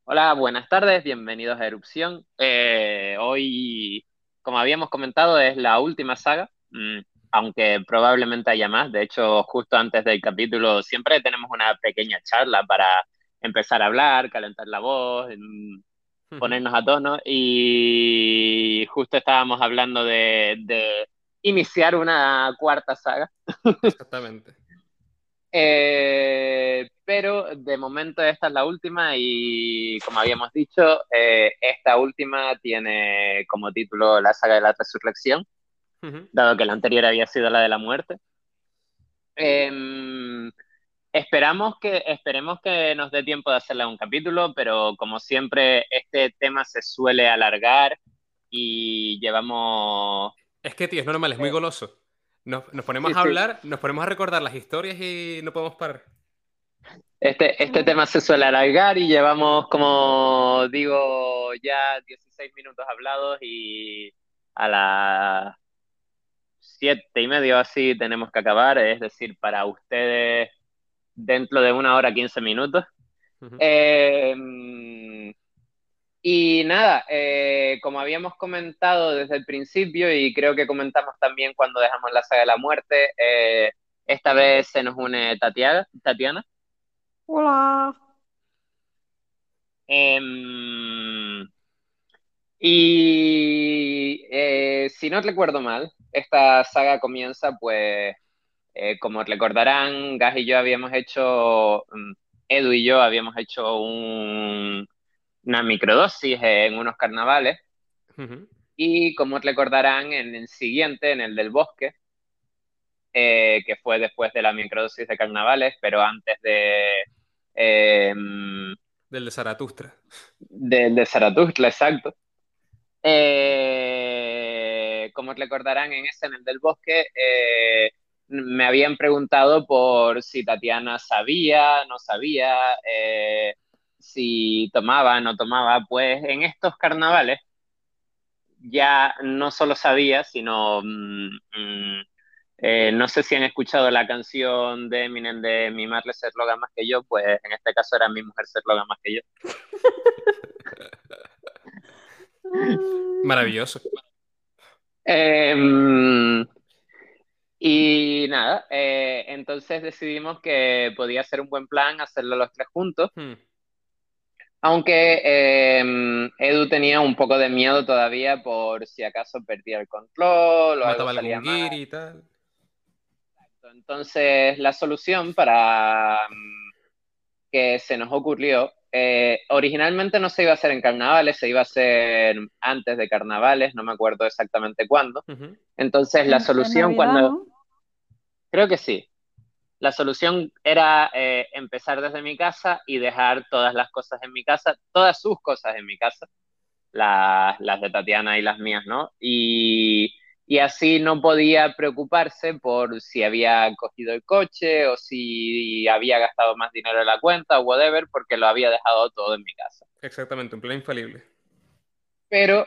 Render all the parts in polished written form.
Hola, buenas tardes, bienvenidos a Erupción. Hoy, como habíamos comentado, es la última saga, aunque probablemente haya más. De hecho, justo antes del capítulo siempre tenemos una pequeña charla para empezar a hablar, calentar la voz, Ujú. ponernos a tono. Y justo estábamos hablando de iniciar una cuarta saga. Exactamente. Pero de momento esta es la última y como habíamos dicho, esta última tiene como título la saga de la resurrección, Ujú. dado que la anterior había sido la de la muerte. Eh, esperemos que nos dé tiempo de hacerle un capítulo, pero como siempre este tema se suele alargar y llevamos... Es que, tío, es normal, es muy goloso. Nos ponemos Sí, a sí. hablar, nos ponemos a recordar las historias y no podemos parar. Este tema se suele alargar y llevamos, como digo, ya 16 minutos hablados y a las 7:30 así tenemos que acabar, es decir, para ustedes dentro de 1 hora 15 minutos. Ujú. Eh, y nada, como habíamos comentado desde el principio y creo que comentamos también cuando dejamos la saga de la muerte, esta vez se nos une Tatiana. Hola. Em, Y si no recuerdo mal, esta saga comienza, pues, como recordarán, Gas y yo habíamos hecho, Edu y yo habíamos hecho una microdosis en unos carnavales. Ujú. Y como recordarán, en el siguiente, en el del bosque, que fue después de la microdosis de carnavales, pero antes eh, Del de Zaratustra. de Zaratustra, exacto. Como recordarán en ese, en el del bosque, me habían preguntado por si Tatiana sabía, no sabía, si tomaba, no tomaba. Pues en estos carnavales ya no solo sabía, sino, no sé si han escuchado la canción de Eminem de Mi madre se droga más que yo, pues en este caso era mi mujer se droga más que yo. Maravilloso. Eh, Y nada, entonces decidimos que podía ser un buen plan hacerlo los tres juntos, Hmm. aunque Edu tenía un poco de miedo todavía por si acaso perdía el control o algo Mataba salía algún mal. guiri y tal. Entonces la solución para que se nos ocurrió, originalmente no se iba a hacer en carnavales, se iba a hacer antes de carnavales, no me acuerdo exactamente cuándo. Ujú. Entonces la En solución Navidad, cuando, ¿no? creo que sí. La solución era empezar desde mi casa y dejar todas las cosas en mi casa, todas sus cosas en mi casa, las de Tatiana y las mías, ¿no? Y así no podía preocuparse por si había cogido el coche o si había gastado más dinero en la cuenta o whatever, porque lo había dejado todo en mi casa. Exactamente, un plan infalible. Pero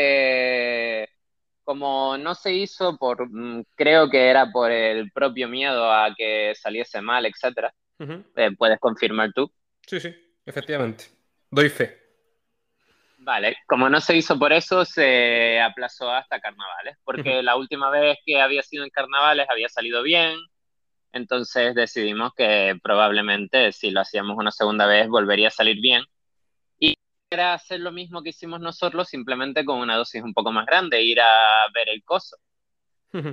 como no se hizo creo que era por el propio miedo a que saliese mal, etcétera. Ujú. Puedes confirmar tú. Sí, sí, efectivamente. Doy fe. Vale, como no se hizo por eso, se aplazó hasta carnavales, Ujú. porque la última vez que había sido en carnavales había salido bien, entonces decidimos que probablemente si lo hacíamos una segunda vez volvería a salir bien. Y era hacer lo mismo que hicimos nosotros, simplemente con una dosis un poco más grande, ir a ver el coso. Ujú.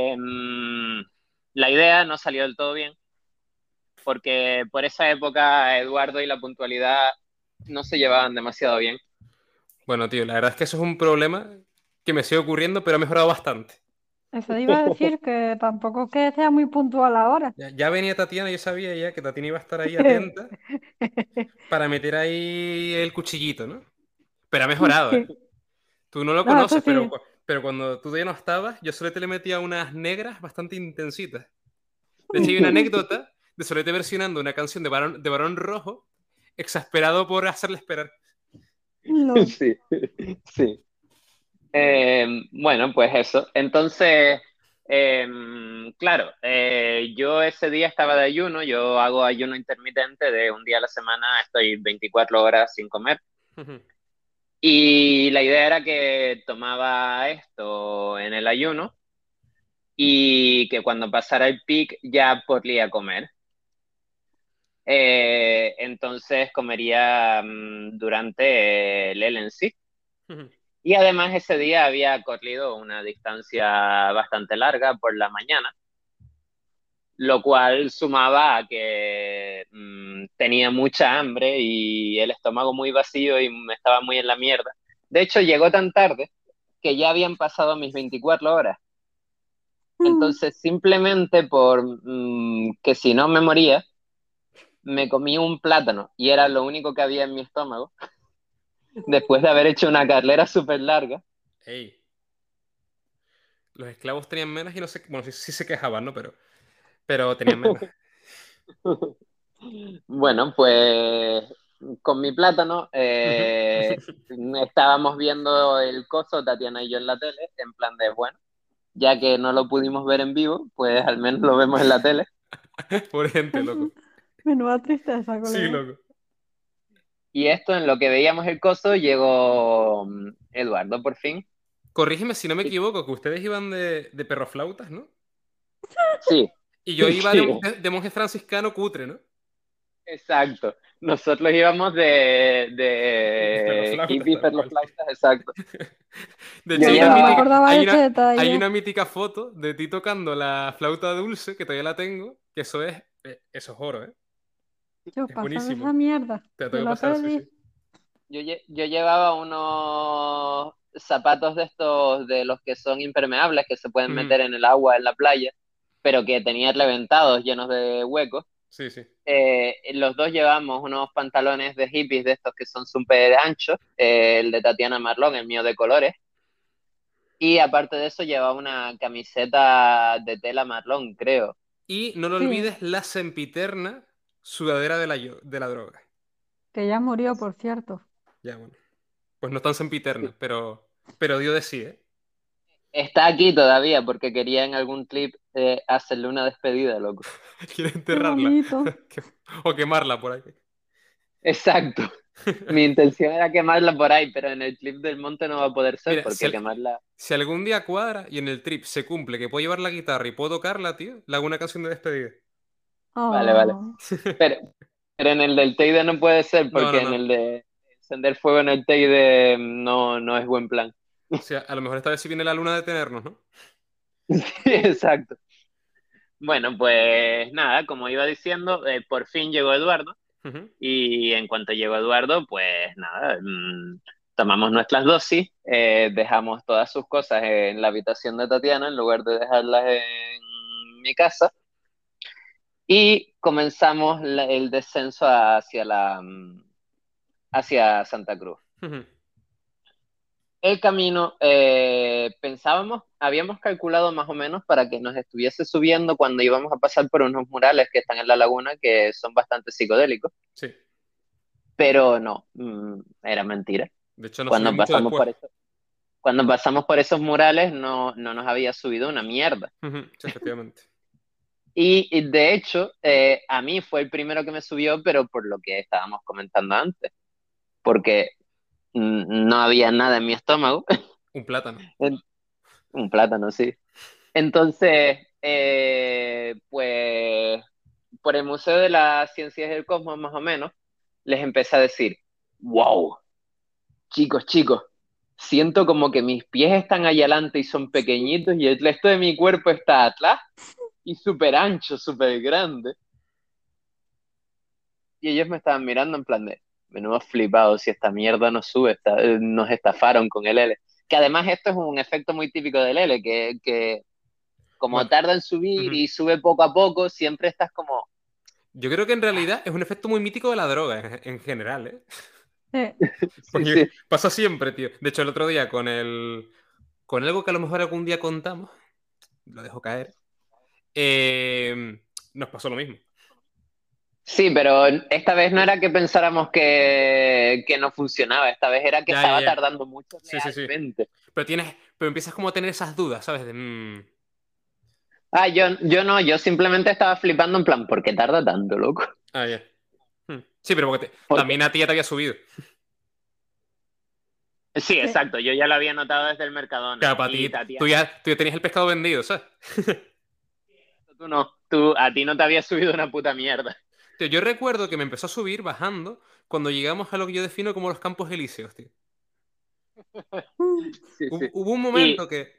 La idea no salió del todo bien, porque por esa época Eduardo y la puntualidad no se llevaban demasiado bien. Bueno, tío, la verdad es que eso es un problema que me sigue ocurriendo, pero ha mejorado bastante. Eso iba a decir que tampoco es que sea muy puntual ahora. Ya venía Tatiana, yo sabía ya que Tatiana iba a estar ahí atenta para meter ahí el cuchillito, ¿no? Pero ha mejorado, ¿eh? Sí. Tú no lo No, eso conoces, sí. pero cuando tú ya no estabas, yo solete le metía unas negras bastante intensitas. De hecho, hay una anécdota de Solete versionando una canción de Barón Rojo, exasperado por hacerle esperar. No. Sí, sí. Bueno, pues eso. Entonces, Claro, yo ese día estaba de ayuno, yo hago ayuno intermitente de un día a la semana, estoy 24 horas sin comer. Ujú. Y la idea era que tomaba esto en el ayuno y que cuando pasara el peak ya podría comer. Entonces comería durante el LNC. Ujú. Y además ese día había corrido una distancia bastante larga por la mañana, lo cual sumaba a que tenía mucha hambre y el estómago muy vacío y me estaba muy en la mierda. De hecho, llegó tan tarde que ya habían pasado mis 24 horas. Mm. Entonces, simplemente por que si no me moría, me comí un plátano y era lo único que había en mi estómago, después de haber hecho una carrera súper larga. Ey, los esclavos tenían menos y no sé, bueno, sí, sí se quejaban, ¿no? Pero tenían menos. Bueno, pues con mi plátano Ujú. estábamos viendo el coso, Tatiana y yo en la tele, en plan de, bueno, ya que no lo pudimos ver en vivo, pues al menos lo vemos en la tele. Pobre gente, loco. Menuda tristeza, Sí, colega. loco. Y esto, en lo que veíamos el coso, llegó Eduardo por fin. Corrígeme si no me Y- equivoco, que ustedes iban de perroflautas, ¿no? Sí, Y yo iba sí, de monje franciscano cutre, ¿no? exacto. Nosotros íbamos De de perroflautas, hippie tal per los cual. flautas, exacto. De Yo hecho, Hostia, no me llevaba, acordaba de ese hay detalle. una mítica foto de ti tocando la flauta dulce, que todavía la tengo, que eso es oro, ¿eh? Yo, Es pasar buenísimo. esa mierda. Te la Yo tengo que la pasar, sí, sí. perdí. yo llevaba unos zapatos de estos, de los que son impermeables, que se pueden Ujú. meter en el agua en la playa, pero que tenían reventados, llenos de huecos. Sí, sí. Los dos llevamos unos pantalones de hippies de estos que son súper anchos, el de Tatiana Marlón, el mío de colores, y aparte de eso llevaba una camiseta de tela marrón, creo. Y no lo Sí, olvides la sempiterna sudadera de la droga. que ya murió, por cierto. Ya, bueno. Pues no tan sempiterna, pero dio de sí, ¿eh? Está aquí todavía porque quería en algún clip hacerle una despedida, loco. Quiere Qué enterrarla. bonito. O quemarla por ahí. Exacto. Mi intención era quemarla por ahí, pero en el clip del monte no va a poder ser Mira, porque quemarla. si algún día cuadra y en el trip se cumple que puedo llevar la guitarra y puedo tocarla, tío, le hago una canción de despedida. Vale, vale. Oh, Pero, pero en el del Teide no puede ser No, no, porque en no. el de encender fuego en el Teide no es buen plan. O sea, a lo mejor esta vez sí viene la luna a detenernos, ¿no? Sí, exacto. Bueno, pues nada, como iba diciendo, por fin llegó Eduardo Ujú. y en cuanto llegó Eduardo, pues nada, tomamos nuestras dosis, dejamos todas sus cosas en la habitación de Tatiana en lugar de dejarlas en mi casa y comenzamos el descenso hacia Santa Cruz. Ujú. El camino, habíamos calculado más o menos para que nos estuviese subiendo cuando íbamos a pasar por unos murales que están en la laguna que son bastante psicodélicos, Sí. pero no, era mentira. De hecho, nos subí Cuando mucho pasamos después. por eso, cuando pasamos por esos murales no nos había subido una mierda. Ujú. Sí, efectivamente. Y de hecho, a mí fue el primero que me subió, pero por lo que estábamos comentando antes, porque no había nada en mi estómago, Un plátano. un plátano, sí. Entonces, pues por el Museo de las Ciencias del Cosmos, más o menos, les empecé a decir, wow, chicos, chicos, siento como que mis pies están allá adelante y son pequeñitos y el resto de mi cuerpo está atrás y súper ancho, súper grande. Y ellos me estaban mirando en plan de, menudo flipado, si esta mierda nos sube, nos estafaron con el L. Que además esto es un efecto muy típico del L, que como Bueno, tarda en subir ujú. y sube poco a poco, siempre estás como, Yo creo que en "Ah, realidad es un efecto muy mítico de la droga en general, ¿eh? sí. sí, Porque sí, pasa siempre, tío. De hecho, el otro día con algo que a lo mejor algún día contamos, lo dejo caer, nos pasó lo mismo. sí, pero esta vez no era que pensáramos que no funcionaba, esta vez era que Ya, ya, estaba ya. tardando mucho Sí, sí, sí. realmente. Pero empiezas como a tener esas dudas, ¿sabes? Yo no, yo simplemente estaba flipando en plan, ¿por qué tarda tanto, loco? Ah, ya. Sí, pero porque Porque, también a ti ya te había subido. sí, Sí. exacto, yo ya lo había notado desde el Mercadona. Claro, para Y ti, Tatiana, tú ya tenías el pescado vendido, ¿sabes? tú no, a ti no te había subido una puta mierda. Tío, yo recuerdo que me empezó a subir bajando cuando llegamos a lo que yo defino como los Campos Elíseos, tío. Mm. Sí, sí. Hubo un Y, momento que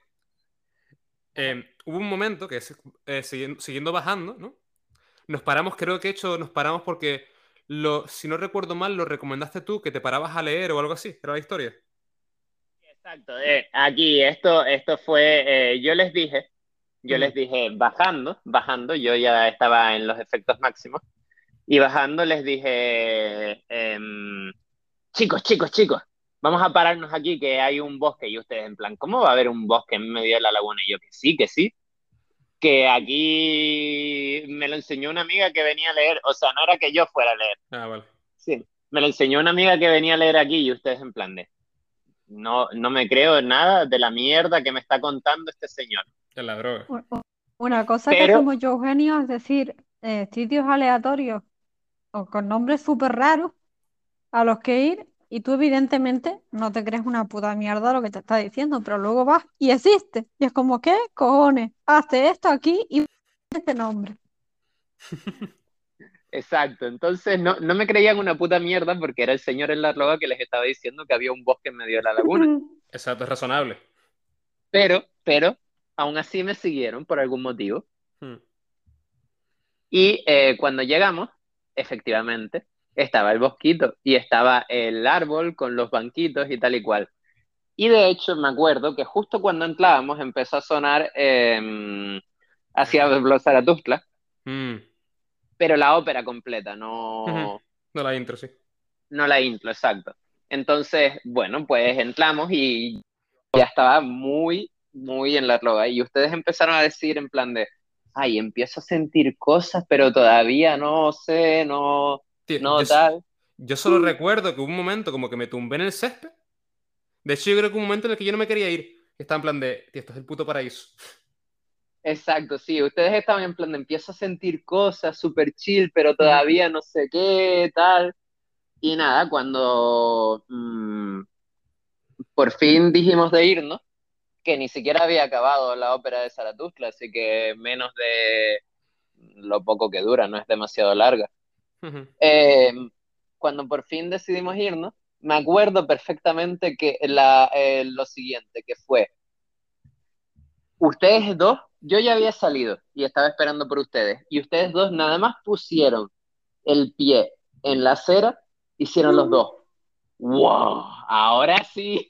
siguiendo bajando, ¿no? Nos paramos, creo que hecho, nos paramos porque, si no recuerdo mal, lo recomendaste tú, que te parabas a leer o algo así, era la historia. exacto, aquí esto fue, yo les Ujú. dije, bajando, yo ya estaba en los efectos máximos, y bajando les dije, chicos, vamos a pararnos aquí que hay un bosque, y ustedes en plan, ¿cómo va a haber un bosque en medio de la laguna? Y yo, que sí, que aquí me lo enseñó una amiga que venía a leer, o sea, no era que yo fuera a leer, Ah, vale. sí, me lo enseñó una amiga que venía a leer aquí, y ustedes en plan de, no me creo nada de la mierda que me está contando este señor. En la droga. U- u- Una cosa que Pero, hacemos yo, Eugenio, es decir, sitios aleatorios o con nombres súper raros a los que ir y tú evidentemente no te crees una puta mierda lo que te está diciendo, pero luego vas y existe. Y es como, ¿qué cojones? Hazte esto aquí y este nombre. exacto, entonces no me creían una puta mierda porque era el señor en la roba que les estaba diciendo que había un bosque en medio de la laguna. Exacto, es razonable. Pero, aún así me siguieron por algún motivo. Mm. Y cuando llegamos, efectivamente, estaba el bosquito y estaba el árbol con los banquitos y tal y cual. Y de hecho, me acuerdo que justo cuando entrábamos empezó a sonar hacia Los Zaratustra, Mm. pero la ópera completa, Ujú. no, No la intro, sí. no la intro, exacto. Entonces, bueno, pues entramos y ya estaba muy en la droga. Y ustedes empezaron a decir en plan de, ay, empiezo a sentir cosas, pero todavía no sé, Tío, no tal. yo solo recuerdo que hubo un momento como que me tumbé en el césped. De hecho, yo creo que hubo un momento en el que yo no me quería ir. Estaba en plan de, tío, esto es el puto paraíso. Exacto, sí, ustedes estaban en plan de, empiezo a sentir cosas súper chill, pero Ujú. todavía no sé qué, tal. Y nada, cuando por fin dijimos de irnos, que ni siquiera había acabado la ópera de Zaratustra, así que menos de lo poco que dura, no es demasiado larga. Ujú. Eh, Cuando por fin decidimos irnos, me acuerdo perfectamente que lo siguiente, que fue, ustedes dos, yo ya había salido y estaba esperando por ustedes, y ustedes dos nada más pusieron el pie en la acera, hicieron los dos. ¡Wow! Ahora sí.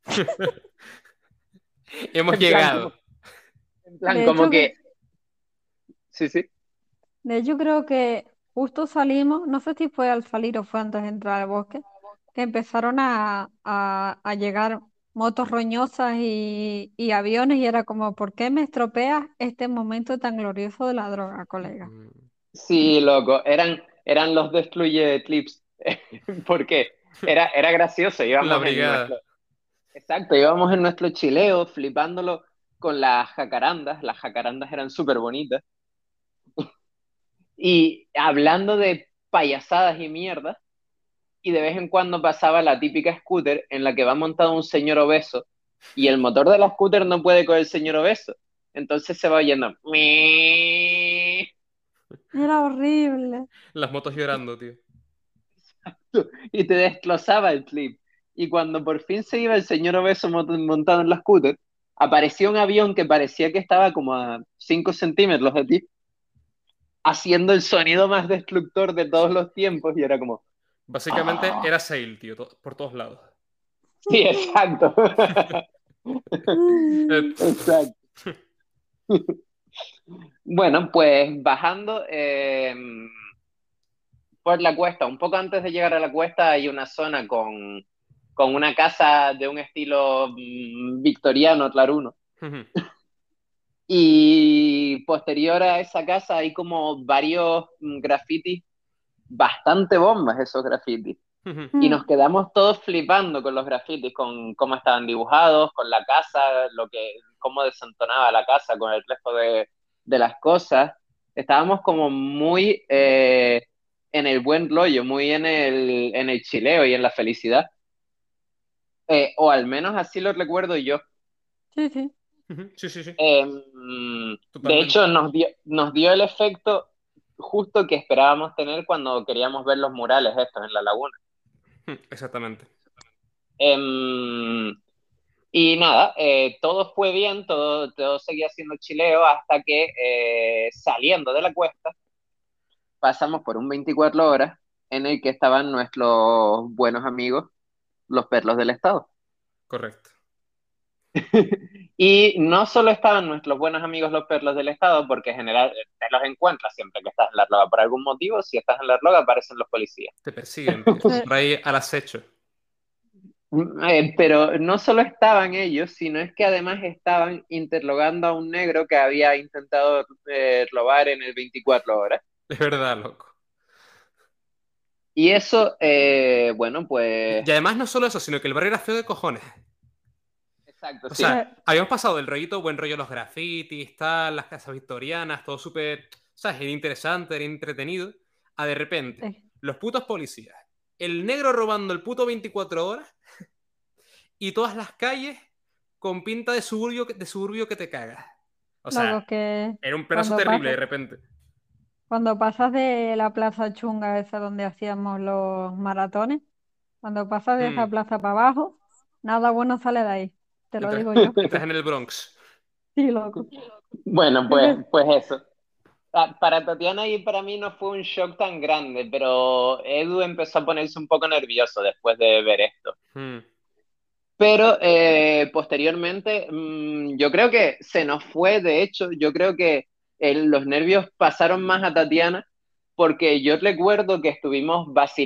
Hemos En plan, llegado. De como hecho, que, sí, sí. de hecho creo que justo salimos, no sé si fue al salir o fue antes de entrar al bosque, que empezaron a llegar motos roñosas y aviones y era como, ¿por qué me estropeas este momento tan glorioso de la droga, colega? Mm. Sí, loco, eran los Destruye Clips, porque era gracioso, La íbamos en brigada. nuestro, exacto, íbamos en nuestro chileo, flipándolo con las jacarandas eran súper bonitas, y hablando de payasadas y mierdas, y de vez en cuando pasaba la típica scooter en la que va montado un señor obeso, y el motor de la scooter no puede con el señor obeso, entonces se va oyendo, Era horrible. Las motos llorando, tío. y te desglosaba el clip. Y cuando por fin se iba el señor obeso montado en la scooter, aparecía un avión que parecía que estaba como a 5 centímetros de ti, haciendo el sonido más destructor de todos los tiempos, y era como, Básicamente ah, era Sail, tío, por todos lados. sí, exacto. Exacto. Bueno, pues bajando por la cuesta, un poco antes de llegar a la cuesta, hay una zona con una casa de un estilo victoriano, claruno. Ujú. Y posterior a esa casa hay como varios grafitis, bastante bombas esos grafitis. Ujú. Y nos Mm. quedamos todos flipando con los grafitis, con cómo estaban dibujados, con la casa, cómo desentonaba la casa con el resto de las cosas, estábamos como muy en el buen rollo, muy en el chileo y en la felicidad. O al menos así lo recuerdo yo. Sí, sí. Ujú, sí, sí, sí, De totalmente. hecho, nos dio el efecto justo que esperábamos tener cuando queríamos ver los murales estos en la laguna. Exactamente. Em, y nada, todo fue bien, todo seguía siendo chileo hasta que saliendo de la cuesta pasamos por un 24 horas en el que estaban nuestros buenos amigos, los perros del Estado. Correcto. Y no solo estaban nuestros buenos amigos los perros del Estado, porque en general te los encuentras siempre que estás en la droga por algún motivo, si estás en la droga aparecen los policías. Te persiguen, tío. Están por ahí al acecho. Pero no solo estaban ellos, sino es que además estaban interrogando a un negro que había intentado robar en el 24 horas. Es verdad, loco. Y eso, bueno, pues, Y además no solo eso, sino que el barrio era feo de cojones. exacto, O sí. sea, habíamos pasado del rollito, buen rollo, los grafitis, tal, las casas victorianas, todo súper, ¿sabes? Era interesante, era entretenido. A de repente, Sí. los putos policías, el negro robando el puto 24 horas y todas las calles con pinta de suburbio que te cagas. O sea, Luego que era un pedazo cuando terrible pasas, de repente. cuando pasas de la plaza chunga esa donde hacíamos los maratones, cuando pasas de esa Hmm. plaza para abajo, nada bueno sale de ahí. Te lo Entras, digo yo. entras en el Bronx. Sí, loco. Bueno, Creo que pues eso. Para Tatiana y para mí no fue un shock tan grande, pero Edu empezó a ponerse un poco nervioso después de ver esto. Hmm. Pero posteriormente, yo creo que se nos fue, de hecho, yo creo que los nervios pasaron más a Tatiana, porque yo recuerdo que estuvimos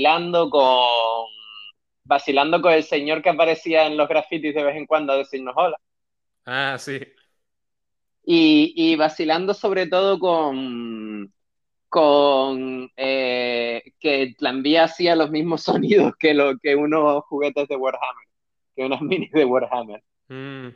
vacilando con el señor que aparecía en los grafitis de vez en cuando a decirnos hola. Ah, sí. Y vacilando sobre todo con que el tranvía hacía los mismos sonidos que unos juguetes de Warhammer, que unas minis de Warhammer. Hmm.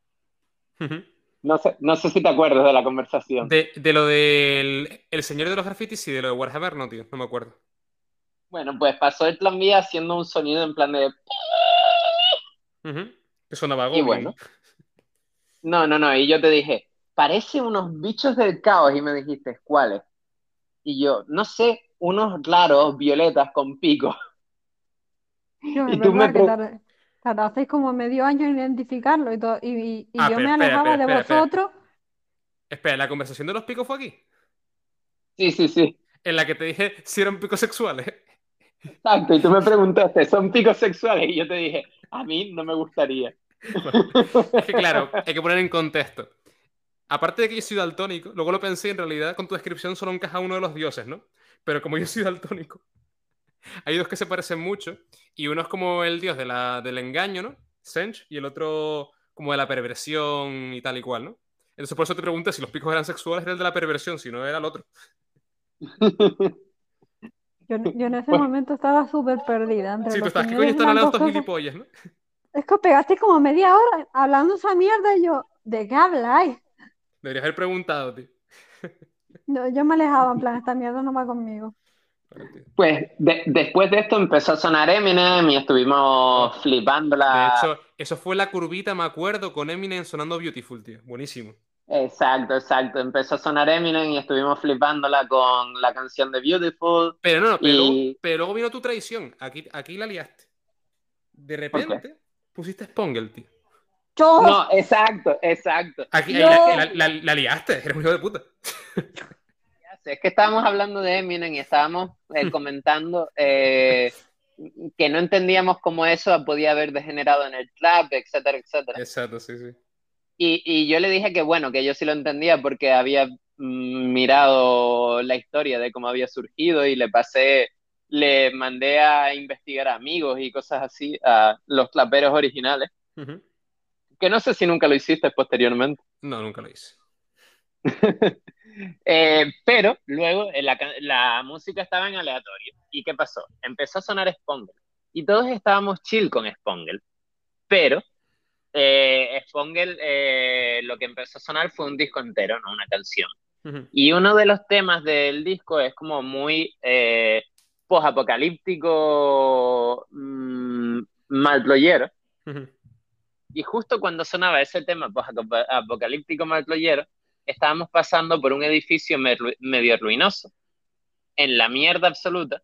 No sé si te acuerdas de la conversación. De lo del el señor de los grafitis y de lo de Warhammer, no, tío, no me acuerdo. Bueno, pues pasó el tranvía haciendo un sonido en plan de... Ujú. Que sonaba Y Goblin. bueno, no, y yo te dije, parece unos bichos del caos, y me dijiste, ¿cuáles? Y yo, no sé, unos raros violetas con pico. yo, es Y tú me... verdad que tardasteis como medio año en identificarlo y Ah, yo pero me espera, espera, alejaba de espera, espera. vosotros. Espera, ¿la conversación de los picos fue aquí? Sí, sí, sí, En la que te dije si eran picos sexuales. exacto. Y tú me preguntaste, ¿son picos sexuales? Y yo te dije, a mí no me gustaría. Vale. Es que claro, hay que poner en contexto. Aparte de que yo soy daltónico, luego lo pensé, en realidad con tu descripción solo encaja uno de los dioses, ¿no? Pero como yo soy daltónico, hay dos que se parecen mucho, y uno es como el dios del engaño, ¿no? Sench, y el otro como de la perversión y tal y cual, ¿no? Entonces por eso te pregunté si los picos eran sexuales, era el de la perversión, si no era el otro. Yo en ese Pues, momento estaba súper perdida entre Sí, tú los estás, ¿qué coño señores están hablando blancos estos esos. gilipollas, no? Es que os pegasteis como media hora hablando esa mierda y yo, ¿de qué habláis? Deberías haber preguntado, tío. Yo me alejaba, en plan, esta mierda no va conmigo. Vale, tío. después de esto empezó a sonar Eminem y estuvimos Oh. flipando De la... hecho, eso fue la curvita, me acuerdo, con Eminem sonando Beautiful, tío. Buenísimo. Exacto, exacto. Empezó a sonar Eminem y estuvimos flipándola con la canción de Beautiful. Pero no, no, Y... pero luego vino tu traición. Aquí la liaste. De ¿Por qué? repente pusiste Spongle, tío. ¡Yo! No, exacto, exacto. Aquí, ahí ¡Yo! la liaste, eres un hijo de puta. Ya sé, es que estábamos hablando de Eminem y estábamos comentando que no entendíamos cómo eso podía haber degenerado en el trap, etcétera, etcétera. Exacto, sí, sí. Y yo le dije que bueno, que yo sí lo entendía porque había mirado la historia de cómo había surgido y le mandé a investigar a amigos y cosas así, a los claperos originales, Ujú. que no sé si nunca lo hiciste posteriormente. No, nunca lo hice. Pero luego la música estaba en aleatorio. ¿Y qué pasó? Empezó a sonar Spongle. Y todos estábamos chill con Spongle. Pero Spongle lo que empezó a sonar fue un disco entero, no una canción. Ujú, Y uno de los temas del disco es como muy post-apocalíptico, malployero. ujú. Y justo cuando sonaba ese tema post-apocalíptico malployero, estábamos pasando por un edificio medio ruinoso, en la mierda absoluta.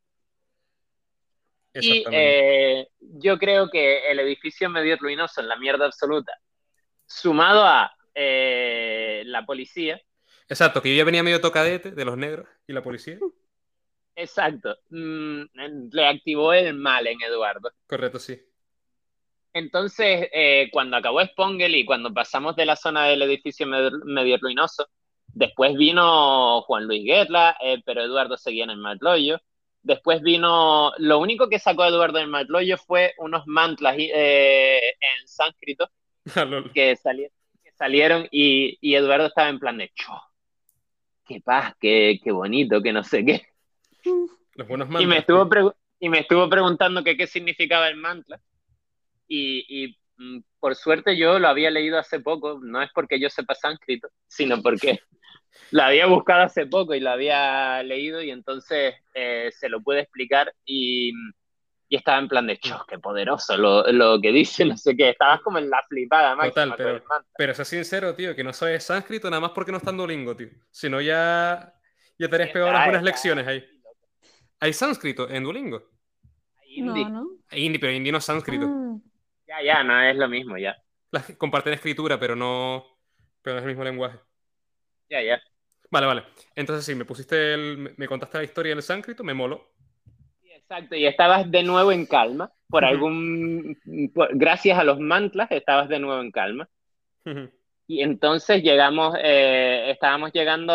Y Exactamente. yo creo que el edificio medio ruinoso, en la mierda absoluta, sumado a la policía, Exacto, que yo ya venía medio tocadete de los negros y la policía. exacto, le activó el mal en Eduardo. Correcto, sí. Entonces, cuando acabó Spongel y cuando pasamos de la zona del edificio medio ruinoso, después vino Juan Luis Guerra, pero Eduardo seguía en el Malployo. Después vino, lo único que sacó Eduardo del Malployo fue unos mantlas en sánscrito Ah, lol. que salieron y Eduardo estaba en plan de, "Cho, qué paz, qué bonito, que no sé qué". Los buenos Y me mantras, tío. estuvo, y me estuvo preguntando que qué significaba el mantla. Por suerte yo lo había leído hace poco, no es porque yo sepa sánscrito, sino porque lo había buscado hace poco y lo había leído y entonces se lo pude explicar y estaba en plan de, Mm. chos, qué poderoso lo que dice, no sé qué, estabas como en la flipada Total, máxima con el mantra. pero sé sincero, tío, que no sabes sánscrito nada más porque no está en Duolingo, tío. Si no, ya te Sí habrías pegado unas buenas está lecciones ahí. muy loco. ¿Hay sánscrito en Duolingo? Hay No, indie. ¿no? Hay hindi, pero hindi no es sánscrito. Ah, Ya, no es lo mismo, ya. Las que comparten escritura, pero no es el mismo lenguaje. Ya. Vale. Entonces sí, me contaste la historia del sánscrito, me moló. Sí, exacto, y estabas de nuevo en calma, gracias a los mantlas estabas de nuevo en calma. Y entonces estábamos llegando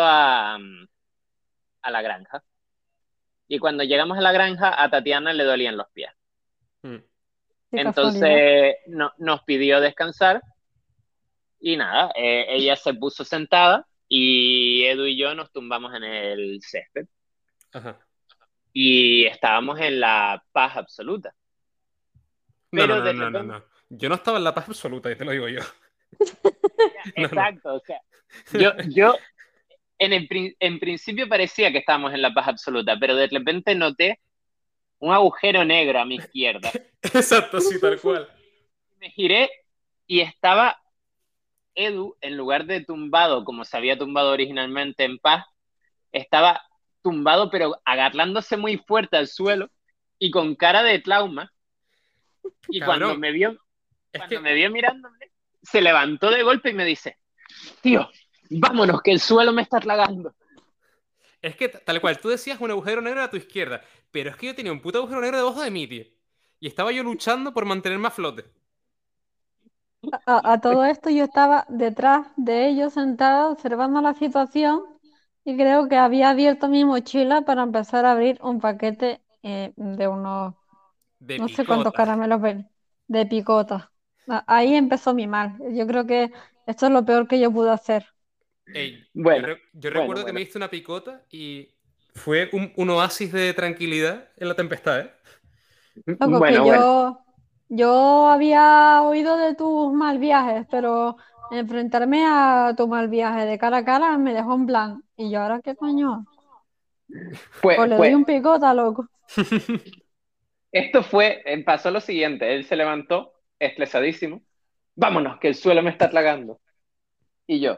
a la granja. Y cuando llegamos a la granja, a Tatiana le dolían los pies. qué casualidad. Entonces nos pidió descansar y nada, ella se puso sentada y Edu y yo nos tumbamos en el césped Ajá. y estábamos en la paz absoluta. No, no, Pero no, de no, no, repente, no. Yo no estaba en la paz absoluta, y te lo digo yo. No, no. exacto, o sea, yo en principio parecía que estábamos en la paz absoluta, pero de repente noté un agujero negro a mi izquierda. Exacto, sí, tal cual. Me giré y estaba Edu, en lugar de tumbado como se había tumbado originalmente en paz, estaba tumbado pero agarrándose muy fuerte al suelo y con cara de trauma. Y Cabrón, es cuando que, me vio mirándome, se levantó de golpe y me dice, tío, vámonos, que el suelo me está tragando. es que tal cual, tú decías un agujero negro a tu izquierda, pero es que yo tenía un puto agujero negro debajo de mí, tío. Y estaba yo luchando por mantenerme a flote. A todo esto yo estaba detrás de ellos sentada observando la situación y creo que había abierto mi mochila para empezar a abrir un paquete de unos, De no sé cuántos picota. caramelos de picota. Ahí empezó mi mal. Yo creo que esto es lo peor que yo pude hacer. Ey, Bueno, yo bueno, recuerdo que me bueno. diste una picota y fue un oasis de tranquilidad en la tempestad, ¿eh? Loco, que Bueno. yo había oído de tus mal viajes, pero enfrentarme a tu mal viaje de cara a cara me dejó en plan. ¿Y yo ahora qué coño? O le doy Pues un picota, loco. pasó lo siguiente, él se levantó estresadísimo, vámonos, que el suelo me está tragando. Y yo,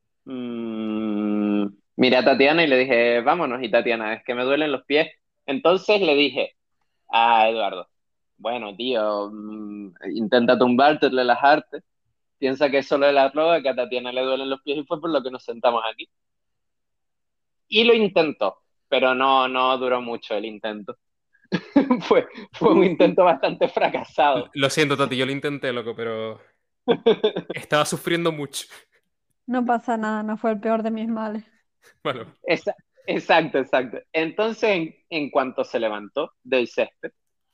miré a Tatiana y le dije, vámonos, y Tatiana, es que me duelen los pies. Entonces le dije a Eduardo, bueno, tío, intenta tumbarte, relajarte, piensa que es solo de la droga, que a Tatiana le duelen los pies y fue por lo que nos sentamos aquí. Y lo intentó, pero no duró mucho el intento. Fue un intento bastante fracasado. Lo siento, Tati, yo lo intenté, loco, pero estaba sufriendo mucho. No pasa nada, no fue el peor de mis males. Bueno, Exacto. Entonces, en cuanto se levantó del césped,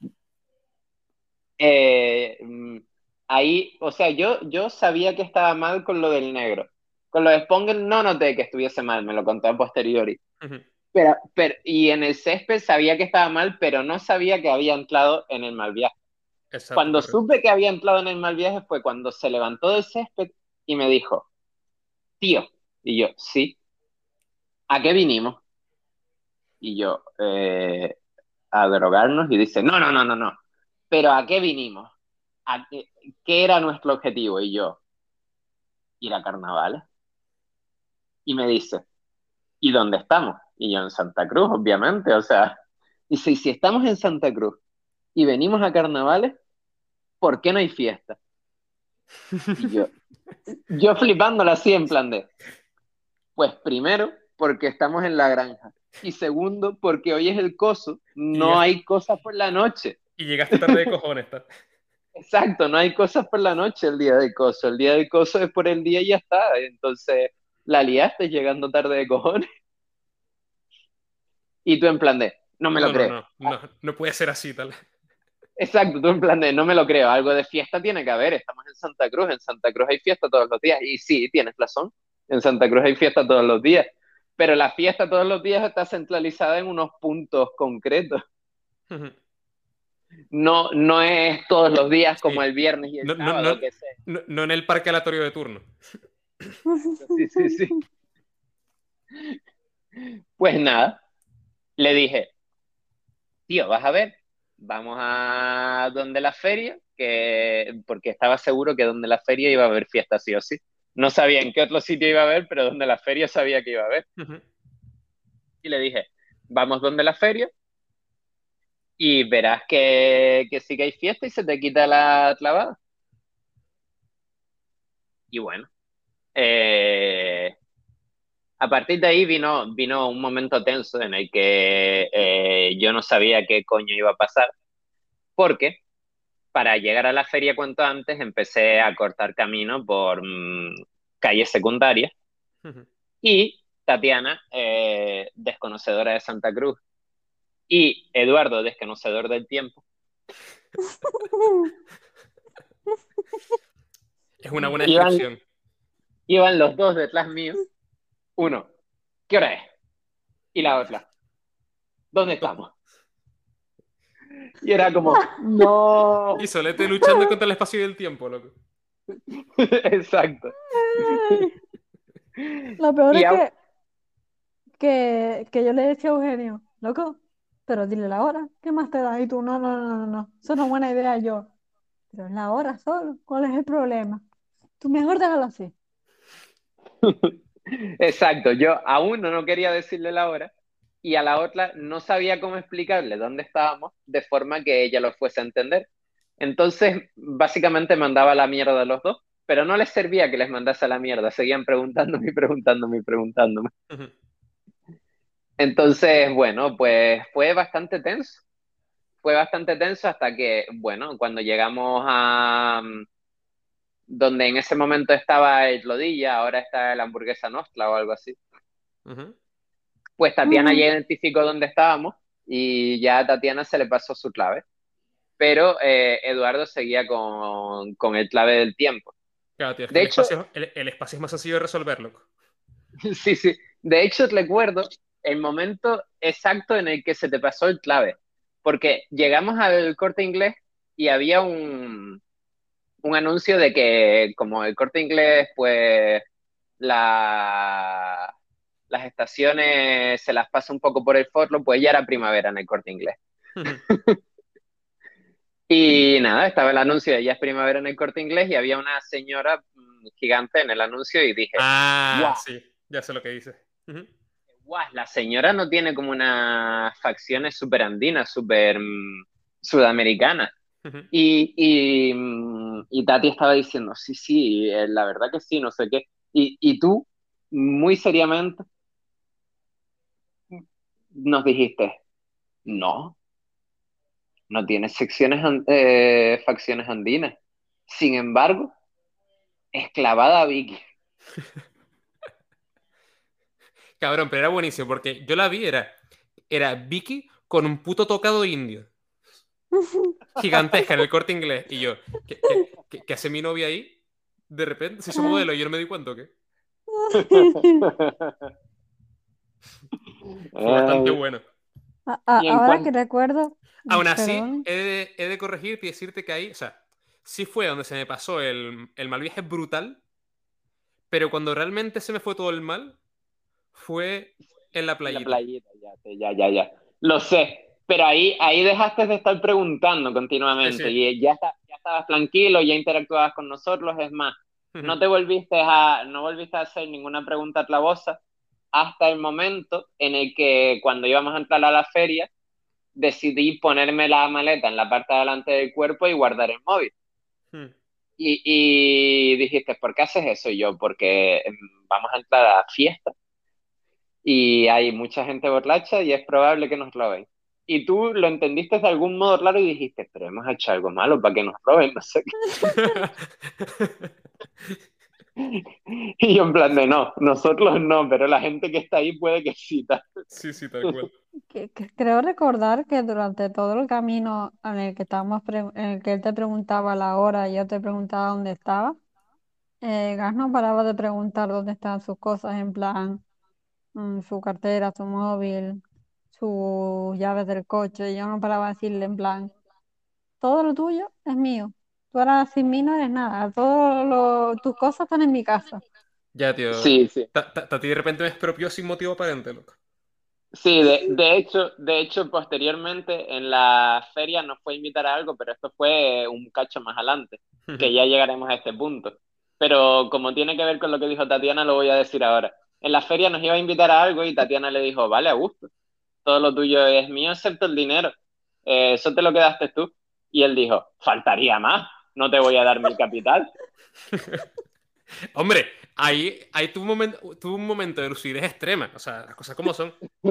eh, mm, ahí, o sea, yo sabía que estaba mal con lo del negro. Con lo de Spongel no noté que estuviese mal, me lo conté a posteriori. ujú, Y en el césped sabía que estaba mal, pero no sabía que había entrado en el mal viaje. exacto, Cuando correcto. supe que había entrado en el mal viaje fue cuando se levantó del césped y me dijo, tío, y yo, sí. ¿a qué vinimos? Y yo, a drogarnos, y dice, no, no, no, no, no, pero ¿a qué vinimos? ¿Qué era nuestro objetivo? Y yo, ir a carnavales. Y me dice, ¿y dónde estamos? Y yo, en Santa Cruz, obviamente, o sea, dice, y si estamos en Santa Cruz y venimos a carnavales, ¿por qué no hay fiesta? Y yo flipándola así en plan de, pues primero, porque estamos en la granja. Y segundo, porque hoy es el coso, Y no llegaste, hay cosas por la noche. y llegaste tarde de cojones. Exacto, no hay cosas por la noche el día del coso. El día del coso es por el día y ya está. Entonces, la liaste llegando tarde de cojones. Y tú en plan de, no me lo No, no, creo. no, no, no puede ser así, tal. Exacto, tú en plan de, no me lo creo. Algo de fiesta tiene que haber. Estamos en Santa Cruz hay fiesta todos los días. Y sí, tienes razón. En Santa Cruz hay fiesta todos los días. Pero la fiesta todos los días está centralizada en unos puntos concretos. No, no es todos los días como Sí. el viernes y el No, no, no, sábado, que sé. no, no en el parque aleatorio de turno. Sí, sí, sí. Pues nada, le dije, tío, vas a ver, vamos a donde la feria, porque estaba seguro que donde la feria iba a haber fiesta sí o sí. No sabía en qué otro sitio iba a haber, pero donde la feria sabía que iba a haber. Y le dije, vamos donde la feria y verás que sí que hay fiesta y se te quita la clavada. Y bueno, a partir de ahí vino un momento tenso en el que yo no sabía qué coño iba a pasar, porque para llegar a la feria cuanto antes empecé a cortar camino por calles secundarias y Tatiana, desconocedora de Santa Cruz, y Eduardo, desconocedor del tiempo, Es una buena iban, descripción. iban los dos detrás mío. Uno, ¿qué hora es? Y la otra, ¿dónde estamos? Y era como, no. Y Solete luchando contra el espacio y el tiempo, loco. Exacto. Lo peor Y es a- que yo le decía a Eugenio, loco, pero dile la hora, ¿qué más te da? Y tú, no, no, no, no, no, eso no es buena idea yo. Pero es la hora solo, ¿cuál es el problema? Tú mejor déjalo así. Exacto, yo a uno no quería decirle la hora y a la otra no sabía cómo explicarle dónde estábamos de forma que ella lo fuese a entender. Entonces, básicamente mandaba la mierda a los dos, pero no les servía que les mandase a la mierda, seguían preguntándome y preguntándome y preguntándome. Entonces, bueno, pues fue bastante tenso hasta que, bueno, cuando llegamos a donde en ese momento estaba el Lodilla, ahora está el Hamburguesa Nostra o algo así. Pues Tatiana Ujú. ya identificó dónde estábamos y ya a Tatiana se le pasó su clave, pero Eduardo seguía con el clave del tiempo. Claro, tío, es que De hecho, el espacio es más sencillo de resolver, loco. sí, sí, de hecho recuerdo el momento exacto en el que se te pasó el clave, porque llegamos al Corte Inglés y había un anuncio de que como el Corte Inglés, pues la, las estaciones se las pasa un poco por el forro, pues ya era primavera en el Corte Inglés. Y nada, estaba el anuncio de ya es primavera en el Corte Inglés y había una señora gigante en el anuncio y dije, Ah, guau, sí, ya sé lo que dices. guau, la señora no tiene como unas facciones súper andinas, súper sudamericanas. Y Tati estaba diciendo, sí, sí, la verdad que sí, no sé qué. Y tú, muy seriamente, nos dijiste, no, no tiene facciones andinas. Sin embargo, es clavada a Vicky. Cabrón, pero era buenísimo porque yo la vi, era Vicky con un puto tocado indio. Gigantesca en el Corte Inglés. Y yo, ¿qué hace mi novia ahí? De repente se hizo modelo y yo no me di cuenta, ¿o qué? Fue bastante Ay, bueno. y en Ahora que cuanto, recuerdo, Aún así, perdón, he de corregirte y decirte que ahí, o sea, sí fue donde se me pasó el mal viaje brutal, pero cuando realmente se me fue todo el mal, fue En la En la playita. playita, ya. Lo sé, pero ahí dejaste de estar preguntando Sí, continuamente sí. y ya estabas tranquilo, ya interactuabas con nosotros, es más, no volviste a hacer ninguna pregunta clavosa hasta el momento en el que cuando íbamos a entrar a la feria, decidí ponerme la maleta en la parte de adelante del cuerpo y guardar el móvil. Y dijiste, ¿por qué haces eso? Y yo, porque vamos a entrar a la fiesta y hay mucha gente borracha y es probable que nos roben. Y tú lo entendiste de algún modo claro y dijiste, pero hemos hecho algo malo para que nos roben, no sé qué. Y yo en plan de no, nosotros no, pero la gente que está ahí puede que sí. Tal. Sí, sí, tal cual. Creo recordar que durante todo el camino en el que en el que él te preguntaba la hora y yo te preguntaba dónde estaba, Gas no paraba de preguntar dónde estaban sus cosas, en plan, su cartera, su móvil, sus llaves del coche. Y yo no paraba de decirle en plan, todo lo tuyo es mío. Tú ahora sin mí no eres nada. Tus cosas están en mi casa. Ya, tío. Sí, sí. Tati de repente me expropió sin motivo aparente, loco. Sí, de hecho, posteriormente en la feria nos fue a invitar a algo, pero esto fue un cacho más adelante, que ya llegaremos a este punto. Pero como tiene que ver con lo que dijo Tatiana, lo voy a decir ahora. En la feria nos iba a invitar a algo y Tatiana le dijo, vale, a gusto, todo lo tuyo es mío excepto el dinero. Eso te lo quedaste tú. Y él dijo, faltaría más, no te voy a dar mi capital. Hombre, ahí tuvo un momento de lucidez extrema. O sea, las cosas como son.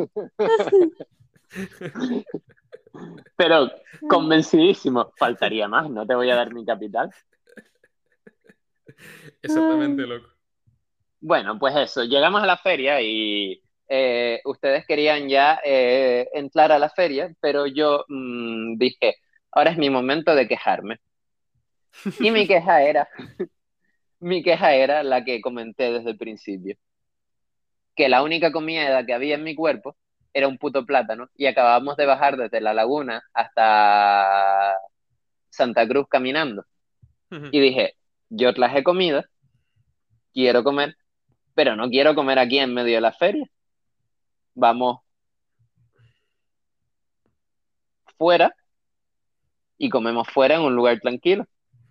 Pero convencidísimo, faltaría más, no te voy a dar mi capital. Exactamente, loco. Bueno, pues eso, llegamos a la feria y ustedes querían ya entrar a la feria, pero yo dije, ahora es mi momento de quejarme. Y mi queja era la que comenté desde el principio, que la única comida que había en mi cuerpo era un puto plátano y acabamos de bajar desde la laguna hasta Santa Cruz caminando. Y dije, yo traje comida, quiero comer, pero no quiero comer aquí en medio de la feria. Vamos fuera y comemos fuera en un lugar tranquilo.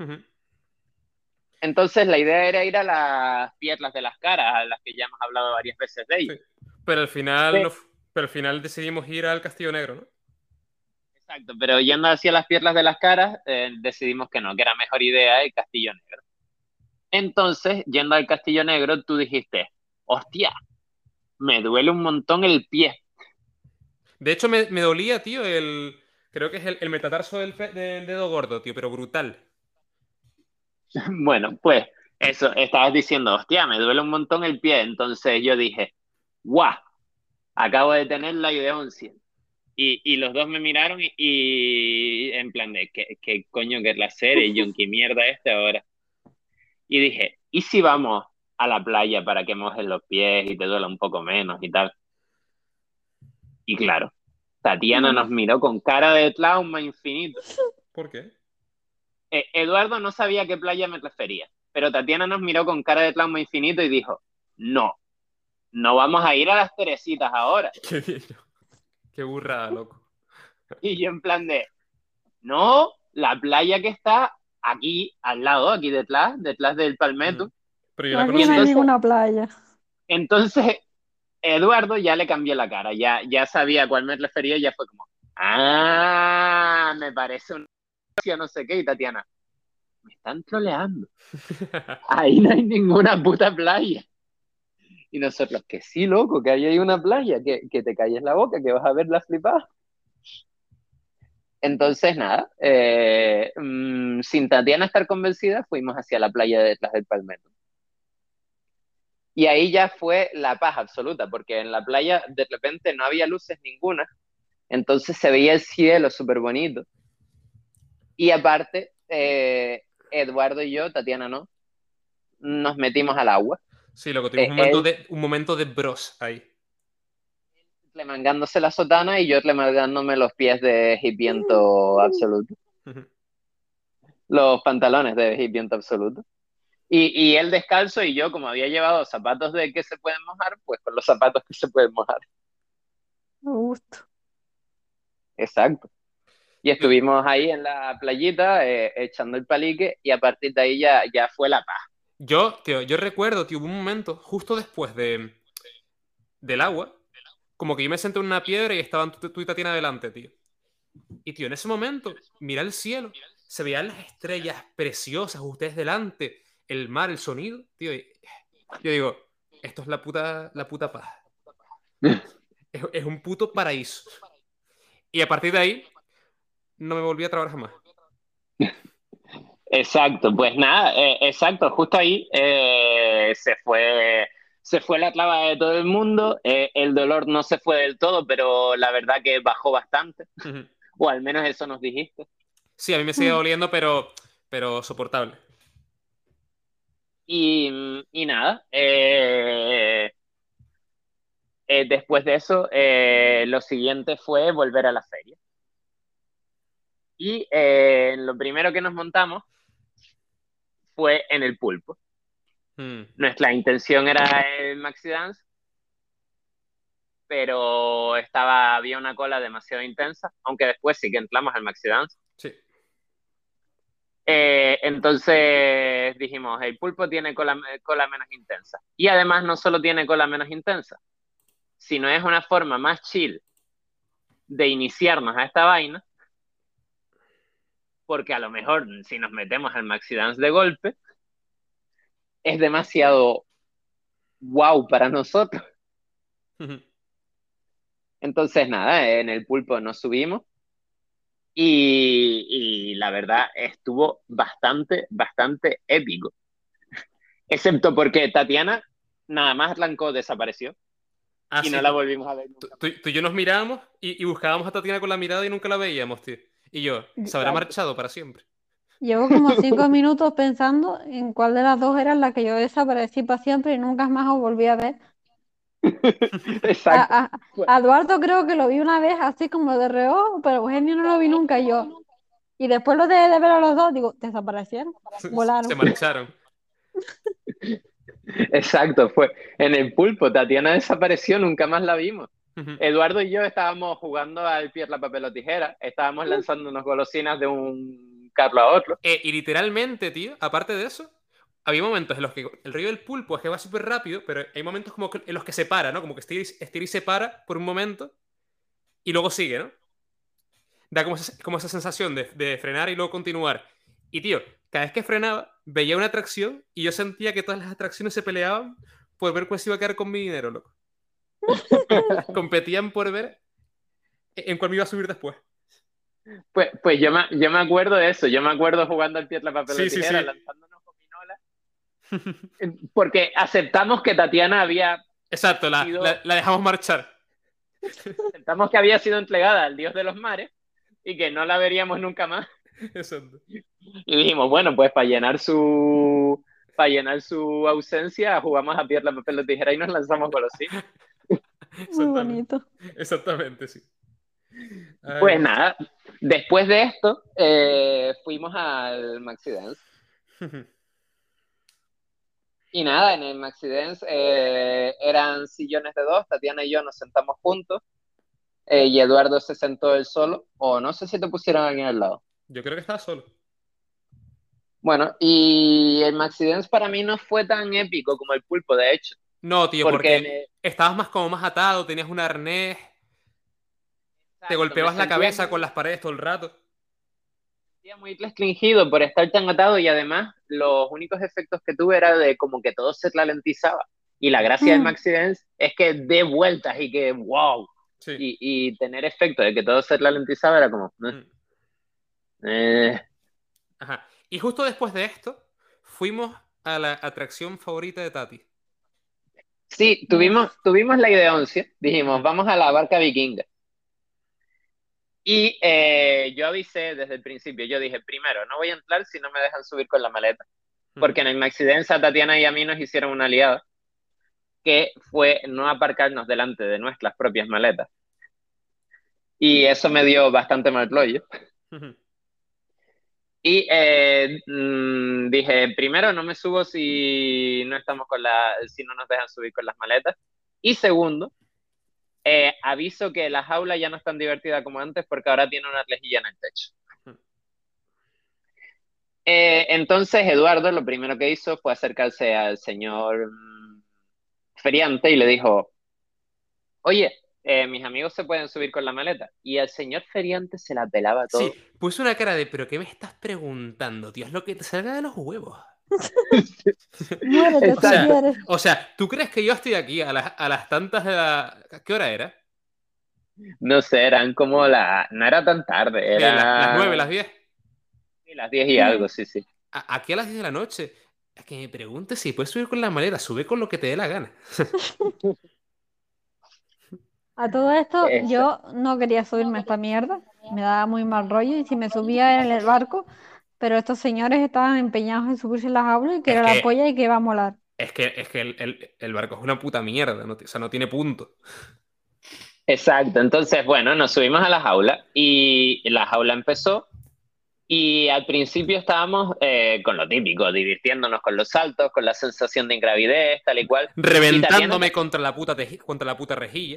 Entonces la idea era ir a las Piedras de las Caras, a las que ya hemos hablado varias veces de Sí. ellas. Pero al final Sí, no, pero al final decidimos ir al Castillo Negro, ¿no? exacto, pero yendo hacia las Piedras de las Caras, decidimos que no, que era mejor idea el Castillo Negro. Entonces, yendo al Castillo Negro, tú dijiste, hostia, me duele un montón el pie. De hecho, me dolía, tío, creo que es el metatarso del dedo gordo, tío, pero brutal. Bueno, pues eso, estabas diciendo, hostia, me duele un montón el pie. Entonces yo dije, guau, acabo de tener la idea 100. Y los dos me miraron y en plan de, ¿qué coño que es la serie, John? ¿Qué mierda este ahora? Y dije, ¿y si vamos a la playa para que mojes los pies y te duela un poco menos y tal? Y claro, Tatiana nos Bueno, miró con cara de trauma infinito. ¿Por qué? Eduardo no sabía a qué playa me refería, pero Tatiana nos miró con cara de trauma infinito y dijo, no, no vamos a ir a las Teresitas ahora. Qué bien, qué burrada, loco. Y yo en plan de, no, la playa que está aquí, al lado, aquí detrás del Ujú. Palmetto. Pero yo la Y aquí no hay conocía. ninguna playa. entonces Eduardo ya le cambió la cara, ya sabía a cuál me refería y ya fue como, me parece una no sé qué, y Tatiana, me están troleando, ahí no hay ninguna puta playa. Y nosotros, que sí, loco, que ahí hay una playa, que te calles la boca, que vas a ver la flipada. Entonces, nada, sin Tatiana estar convencida, fuimos hacia la playa de detrás del Palmetto. Y ahí ya fue la paz absoluta, porque en la playa de repente no había luces ninguna, entonces se veía el cielo súper bonito. Y aparte, Eduardo y yo, Tatiana no, nos metimos al agua. Sí, loco, tuvimos Él un momento de bros ahí. remangándose la sotana y yo remangándome los pies de hipiento absoluto, Ujú. los pantalones de hipiento absoluto. Y él descalzo y yo, como había llevado zapatos de que se pueden mojar, pues con los zapatos que se pueden mojar. Me gusto. Exacto. Y Tío, estuvimos ahí en la playita echando el palique y a partir de ahí ya fue la paz. yo recuerdo, tío, hubo un momento justo después del agua, como que yo me senté en una piedra y estaban tú y Tatiana delante, tío. Y, tío, en ese momento, mira el cielo, se veían las estrellas preciosas, ustedes delante, el mar, el sonido, tío. Y yo digo, esto es la puta paz. Es un puto paraíso. Y a partir de ahí, no me volví a trabar jamás. Exacto, pues nada, exacto, justo ahí se fue la clava de todo el mundo, el dolor no se fue del todo, pero la verdad que bajó bastante, Ujú. o al menos eso nos dijiste. Sí, a mí me sigue Mm. doliendo, pero soportable. Y nada, después de eso, lo siguiente fue volver a la feria. Y lo primero que nos montamos fue en el pulpo. Mm, Nuestra intención era el Maxi Dance, pero había una cola demasiado intensa, aunque después sí que entramos al Maxi Dance. sí. Entonces dijimos, el pulpo tiene cola menos intensa. Y además no solo tiene cola menos intensa, sino es una forma más chill de iniciarnos a esta vaina, porque a lo mejor si nos metemos al Maxi Dance de golpe, es demasiado wow para nosotros. Ujú. Entonces nada, en el pulpo nos subimos y la verdad estuvo bastante, bastante épico. Excepto porque Tatiana nada más arrancó, desapareció Ah, y sí, no la volvimos a ver tú, nunca tú- tú y yo nos mirábamos y buscábamos a Tatiana con la mirada y nunca la veíamos, tío. Y yo, se habrá más. marchado para siempre. Llevo como 5 minutos pensando en cuál de las dos era la que yo desaparecí para siempre y nunca más os volví a ver. Exacto. A, a- Pues, a Eduardo creo que lo vi una vez así como de reojo, pero Eugenio no lo vi nunca y yo. Y después lo dejé de ver a los dos, digo, desaparecieron, Se volaron. marcharon. exacto, fue en el pulpo. Tatiana desapareció, nunca más la vimos. Ujú. Eduardo y yo estábamos jugando al piedra, papel o tijera. Estábamos lanzando unas golosinas de un carro a otro. Y literalmente, tío, aparte de eso, había momentos en los que el río del pulpo es que va súper rápido, pero hay momentos como en los que se para, ¿no? Como que estira y se para por un momento y luego sigue, ¿no? Da como esa sensación de frenar y luego continuar. Y, tío, cada vez que frenaba, veía una atracción y yo sentía que todas las atracciones se peleaban por ver cuál se iba a quedar con mi dinero, loco. Competían por ver en cuál me iba a subir después. Pues yo me acuerdo de eso. Yo me acuerdo jugando al piedra, papel o Sí, sí, tijera, sí. lanzándonos gominolas. Porque aceptamos que Tatiana había Exacto, la, sido la, la dejamos marchar. Aceptamos que había sido entregada al dios de los mares y que no la veríamos nunca más. Exacto. Y dijimos, bueno, pues para llenar su ausencia, jugamos a piedra, papel o tijera y nos lanzamos golosinas. Muy Exactamente. bonito. Exactamente, sí. Ay, Pues Dios. nada, después de esto, fuimos al Maxi Dance. Y nada, en el Maxi Dance eran sillones de dos, Tatiana y yo nos sentamos juntos, y Eduardo se sentó él solo, o no sé si te pusieron a alguien al lado. Yo creo que estaba solo. Bueno, y el Maxi Dance para mí no fue tan épico como el pulpo, de hecho, No, tío, porque porque estabas más atado, tenías un arnés, te exacto, me golpeabas la sentía cabeza con muy, las paredes todo el rato. sentía muy restringido por estar tan atado y además los únicos efectos que tuve era de como que todo se ralentizaba. Y la gracia del Mm. Maxi Dance es que dé vueltas y que wow. Sí. Y tener efecto de que todo se ralentizaba era como... Mm. eh. Ajá. Y justo después de esto, fuimos a la atracción favorita de Tati. Sí, tuvimos, Uf. tuvimos la ideoncia, dijimos, Ujú. vamos a la barca vikinga. Y yo avisé desde el principio, yo dije, primero, no voy a entrar si no me dejan subir con la maleta, Ujú. porque en el Maxi Dance a Tatiana y a mí nos hicieron una aliada, que fue no aparcarnos delante de nuestras propias maletas. Y eso me dio bastante mal rollo. Ujú. Y dije, primero, no me subo si no nos dejan subir con las maletas. Y segundo, Aviso que la jaula ya no es tan divertida como antes porque ahora tiene una rejilla en el techo. Entonces Eduardo lo primero que hizo fue acercarse al señor feriante y le dijo, oye, mis amigos se pueden subir con la maleta. Y el señor feriante se la pelaba Sí, todo. puso una cara de, ¿pero qué me estás preguntando, tío? Es lo que te salga de los huevos. Muérete O si Exacto. sea, quieres. o sea, ¿tú crees que yo estoy aquí a las tantas de la... ¿Qué hora era? No sé, eran como no era tan tarde, ¿Qué? Las era 9, las 10. sí, las 10 y Sí. algo, sí, sí. Aquí a las 10 de la noche. A que me preguntes si puedes subir con la maleta, sube con lo que te dé la gana. A todo esto, Esa- yo no quería subirme a esta mierda. Me daba muy mal rollo y si me subía era en el barco, pero estos señores estaban empeñados en subirse en las aulas y que Es era la que, polla y que iba a molar. es que el barco es una puta mierda, ¿no? O sea, no tiene punto. Exacto. Entonces, bueno, nos subimos a la jaula y la jaula empezó y al principio estábamos con lo típico, divirtiéndonos con los saltos, con la sensación de ingravidez, tal y cual. Y Tatiana Reventándome también, contra contra la puta rejilla.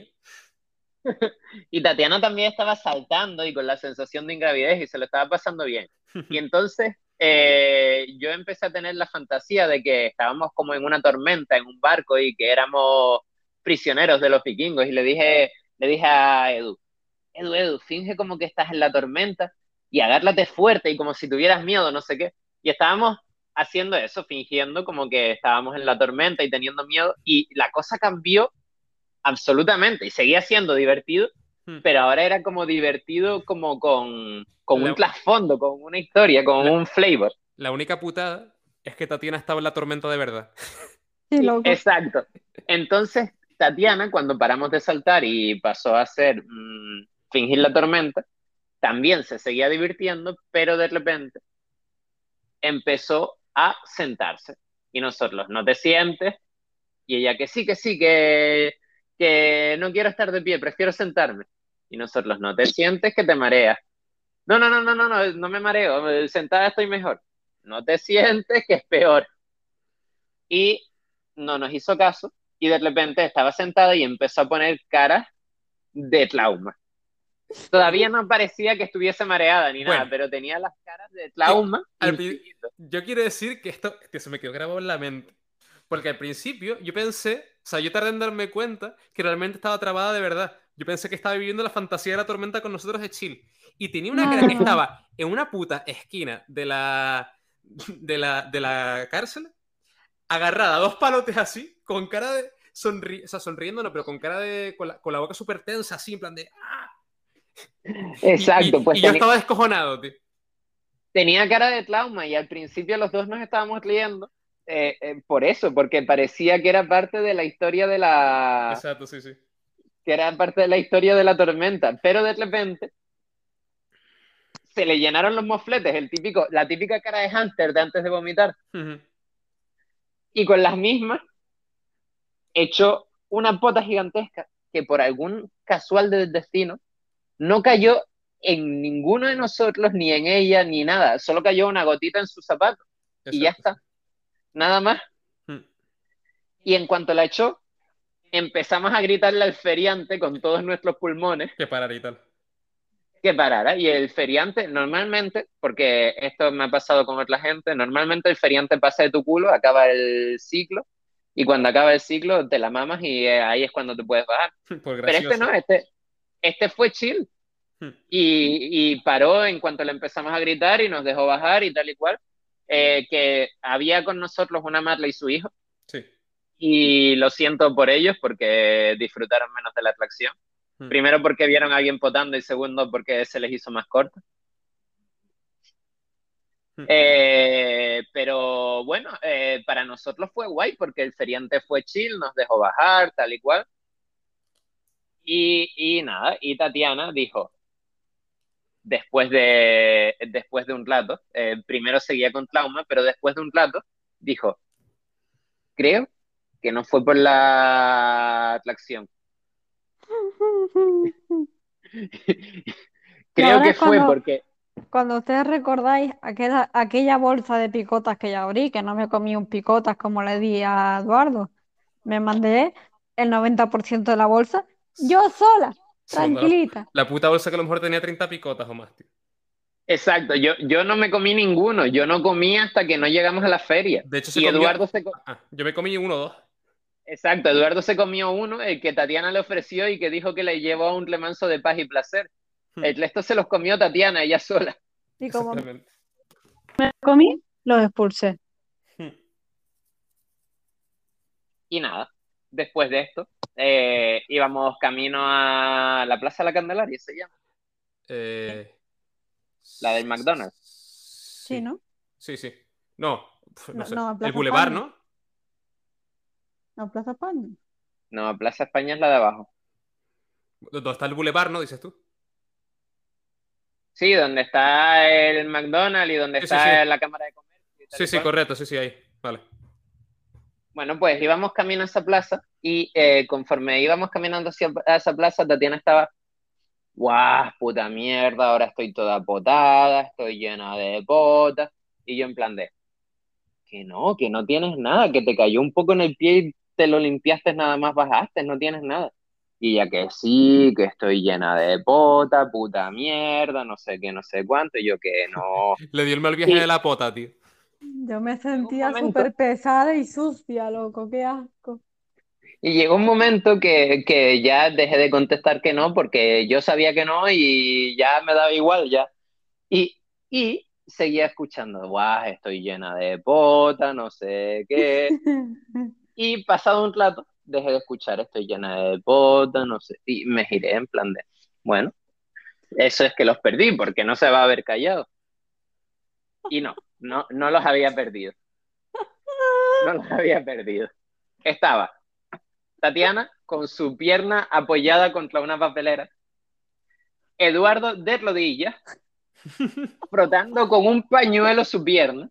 y Tatiana también estaba saltando y con la sensación de ingravidez y se lo estaba pasando bien. Y entonces yo empecé a tener la fantasía de que estábamos como en una tormenta, en un barco y que éramos prisioneros de los vikingos. Y le dije a Edu, Edu, finge como que estás en la tormenta y agárrate fuerte y como si tuvieras miedo, no sé qué. Y estábamos haciendo eso, fingiendo como que estábamos en la tormenta y teniendo miedo. Y la cosa cambió absolutamente y seguía siendo divertido, pero ahora era como divertido como con un La, trasfondo, con una historia, con la, un flavor. la única putada es que Tatiana estaba en la tormenta de verdad. Sí, Sí, loco. exacto. Entonces, Tatiana, cuando paramos de saltar y pasó a hacer fingir la tormenta, también se seguía divirtiendo, pero de repente empezó a sentarse. Y nosotros, no te sientes, y ella que sí, que no quiero estar de pie, prefiero sentarme. Y nosotros, no te sientes que te mareas. No me mareo, sentada estoy mejor. No te sientes que es peor. Y no nos hizo caso y de repente estaba sentada y empezó a poner caras de trauma. Todavía no parecía que estuviese mareada ni Bueno, nada, pero tenía las caras de que trauma infinito. yo quiero decir que esto que se me quedó grabado en la mente. Porque al principio yo pensé, o sea, yo tardé en darme cuenta que realmente estaba trabada de verdad. Yo pensé que estaba viviendo la fantasía de la tormenta con nosotros de chill. Y tenía una No, cara que no, no. estaba en una puta esquina de la cárcel, agarrada a dos palotes así, con cara de o sea, sonriendo, no, pero con cara de, con la boca súper tensa, así, en plan de, ¡ah! Exacto, Y pues yo estaba descojonado, tío. tenía cara de trauma y al principio los dos nos estábamos riendo por eso, porque parecía que era parte de la historia Exacto, sí, sí. que era parte de la historia de la tormenta, pero de repente se le llenaron los mofletes, la típica cara de Hunter de antes de vomitar, Ujú. y con las mismas echó una pota gigantesca que por algún casual del destino no cayó en ninguno de nosotros, ni en ella, ni nada, solo cayó una gotita en su zapato y ya Exacto, sí. está, nada más. Mm. Y en cuanto la echó, empezamos a gritarle al feriante con todos nuestros pulmones Que parar y tal. que parara. Y el feriante, normalmente, porque esto me ha pasado con otra gente, normalmente el feriante pasa de tu culo, acaba el ciclo, y cuando acaba el ciclo te la mamas y ahí es cuando te puedes bajar. Por Pero este gracioso. no, este fue chill. Mm. Y paró en cuanto le empezamos a gritar y nos dejó bajar y tal y cual. Que había con nosotros una Marley y su hijo, Sí. y lo siento por ellos porque disfrutaron menos de la atracción. Mm. Primero porque vieron a alguien potando y segundo porque se les hizo más corto. Mm. Pero bueno, para nosotros fue guay porque el feriante fue chill, nos dejó bajar, tal y cual. Y nada, y Tatiana dijo, después de un rato, primero seguía con trauma, pero después de un rato dijo, creo que no fue por la atracción. Y Creo ahora que es fue porque cuando ustedes recordáis aquella bolsa de picotas que ya abrí, que no me comí un picotas como le di a Eduardo, me mandé el 90% de la bolsa Yo sola, Se mandó la, tranquilita. la puta bolsa que a lo mejor tenía 30 picotas o más, tío. Exacto, yo no me comí ninguno, yo no comí hasta que no llegamos a la feria. De hecho, se Y comió. Eduardo se, Yo me comí uno o dos. exacto, Eduardo se comió uno, el que Tatiana le ofreció y que dijo que le llevó a un remanso de paz y placer. Hmm, El resto se los comió Tatiana, ella sola. Y como me exactamente. comí, los expulsé. Hmm. Y nada, después de esto, íbamos camino a la Plaza de la Candelaria, se llama, Eh, la del McDonald's. Sí, sí, ¿no? sí, sí. No, no No, sé. no, a El Plaza Boulevard, España. ¿no? A Plaza España. No, Plaza España es la de abajo. ¿Dónde está el Boulevard, no? Dices tú. Sí, donde está el McDonald's y donde Sí, sí, sí. está la Cámara de Comercio y tal Sí, y sí, cual. correcto, sí, sí, ahí. Vale. Bueno, pues íbamos camino a esa plaza y conforme íbamos caminando hacia a esa plaza, Tatiana estaba, guau, puta mierda, ahora estoy toda potada, estoy llena de botas. Y yo en plan de, que no tienes nada, que te cayó un poco en el pie y te lo limpiaste, nada más bajaste, no tienes nada. Y ya que sí, que estoy llena de botas, puta mierda, no sé qué, no sé cuánto, y yo que no. Le dio el mal viaje de Y la pota, tío. Yo me llegó un sentía momento súper pesada y sucia, loco, qué asco. Y llegó un momento que ya dejé de contestar que no, porque yo sabía que no y ya me daba igual ya. Y seguía escuchando, guau, estoy llena de pota, no sé qué. Y pasado un rato, dejé de escuchar, estoy llena de pota, no sé. Y me giré en plan de, bueno, eso es que los perdí, porque no se va a haber callado. Y no los había perdido, no los había perdido. Estaba Tatiana con su pierna apoyada contra una papelera, Eduardo de rodillas, frotando con un pañuelo su pierna,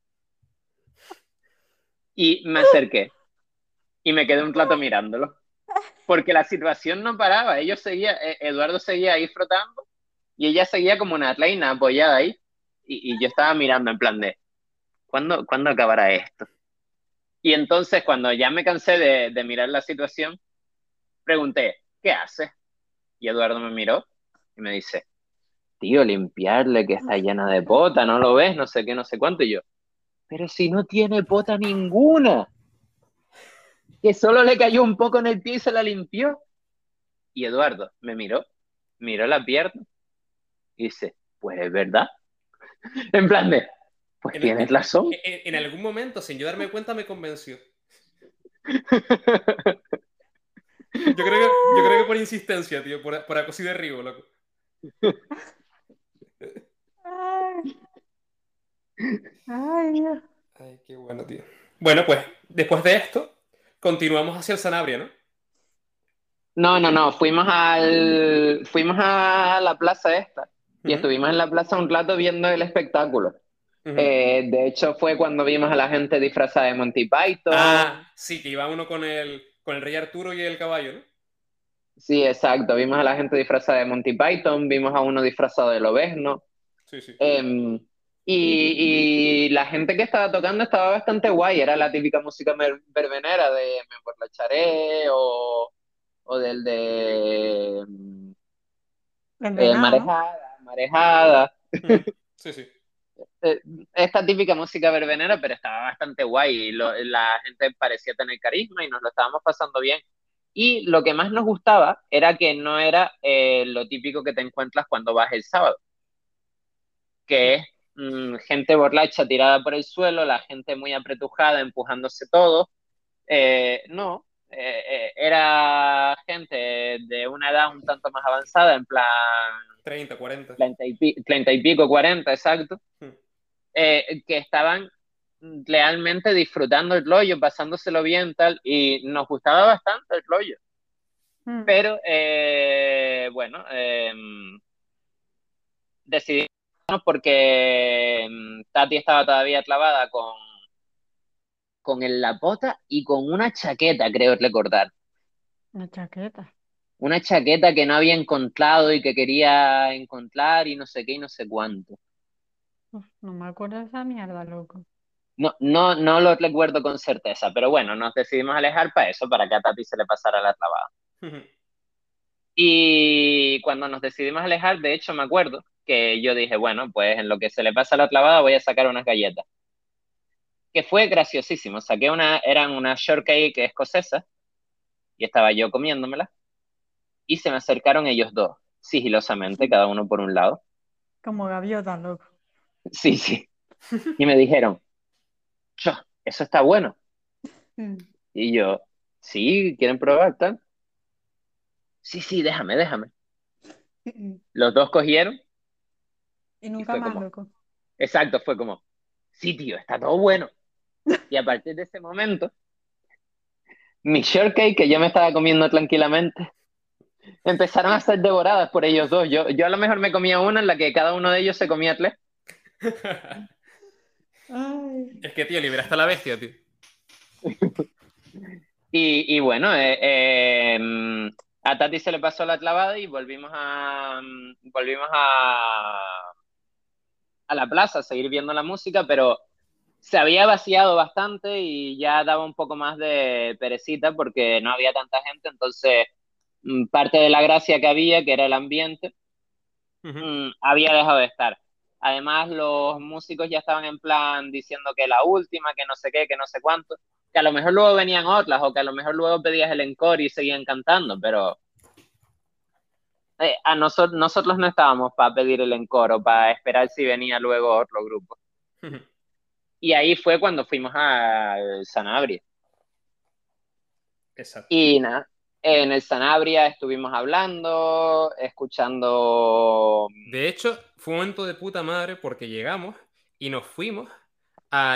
y me acerqué y me quedé un rato mirándolo, porque la situación no paraba, Eduardo seguía ahí frotando y ella seguía como una reina apoyada ahí, y yo estaba mirando en plan de, ¿cuándo acabará esto? Y entonces cuando ya me cansé de mirar la situación, pregunté, ¿qué haces? Y Eduardo me miró y me dice, tío, limpiarle que está llena de pota, ¿no lo ves? No sé qué, no sé cuánto. Y yo, pero si no tiene pota ninguna, que solo le cayó un poco en el pie y se la limpió. Y Eduardo me miró la pierna y dice, pues es verdad. En plan de, pues En, tienes en- razón. en algún momento, sin yo darme cuenta, me convenció. Yo creo que por insistencia, tío, por acoso y derribo, loco. Ay, ay, Dios. Ay, qué bueno, tío. Bueno, pues, después de esto, continuamos hacia el Sanabria, ¿no? No, fuimos a la plaza esta y Ujú, estuvimos en la plaza un rato viendo el espectáculo. ujú. De hecho, fue cuando vimos a la gente disfrazada de Monty Ah, Python. sí, que iba uno con el rey Arturo y el caballo, ¿no? Sí, exacto. Vimos a la gente disfrazada de Monty Python, vimos a uno disfrazado de Lobezno. Sí, sí. Eh, y la gente que estaba tocando estaba bastante guay. Era la típica música verbenera de Me emborracharé o del de Envenenado, ¿no? Marejada, Marejada. Ujú, sí, sí. Eh, Esta típica música verbenera, pero estaba bastante guay. Y la gente parecía tener carisma y nos lo estábamos pasando bien. Y lo que más nos gustaba era que no era lo típico que te encuentras cuando vas el sábado, que es gente borracha tirada por el suelo, la gente muy apretujada, empujándose todo. No, era gente de una edad un tanto más avanzada, en plan 30, 40. 30 y pico, 40, exacto, Ujú. que estaban realmente disfrutando el rollo, pasándoselo bien, tal, y nos gustaba bastante el rollo. Mm. Pero, bueno, decidimos porque Tati estaba todavía clavada con el lapota y con una chaqueta, creo recordar. Una chaqueta. Una chaqueta que no había encontrado y que quería encontrar y no sé qué y no sé cuánto. Uf, no me acuerdo de esa mierda, loco. No lo recuerdo con certeza, pero bueno, nos decidimos alejar para eso, para que a Tati se le pasara la clavada. Ujú. Y cuando nos decidimos alejar, de hecho me acuerdo que yo dije, bueno, pues en lo que se le pasa la clavada voy a sacar unas galletas. Que fue graciosísimo. Eran unas shortcake escocesas y estaba yo comiéndomelas y se me acercaron ellos dos, sigilosamente, cada uno por un lado. Como gaviotas, loco. Sí, sí. Y me dijeron, "Cho, eso está bueno". Mm. Y yo, sí, ¿quieren probar tal? Sí, sí, déjame, déjame. Los dos cogieron Y y nunca fue más, como, loco. exacto, fue como, sí, tío, está todo bueno. Y a partir de ese momento, mi shortcake que yo me estaba comiendo tranquilamente, empezaron a ser devoradas por ellos dos. Yo a lo mejor me comía una en la que cada uno de ellos se comía tres. Ay. Es que, tío, liberaste a la bestia, tío. Y bueno, a Tati se le pasó la clavada y volvimos a la plaza a seguir viendo la música, pero se había vaciado bastante y ya daba un poco más de perecita porque no había tanta gente, entonces parte de la gracia que había, que era el ambiente, Ujú. había dejado de estar. Además, los músicos ya estaban en plan diciendo que la última, que no sé qué, que no sé cuánto, que a lo mejor luego venían otras o que a lo mejor luego pedías el encore y seguían cantando, pero nosotros no estábamos para pedir el encore o para esperar si venía luego otro grupo. Ujú. Y ahí fue cuando fuimos al Sanabria. Exacto. Y nada, en el Sanabria estuvimos hablando, escuchando. De hecho, fue un momento de puta madre porque llegamos y nos fuimos a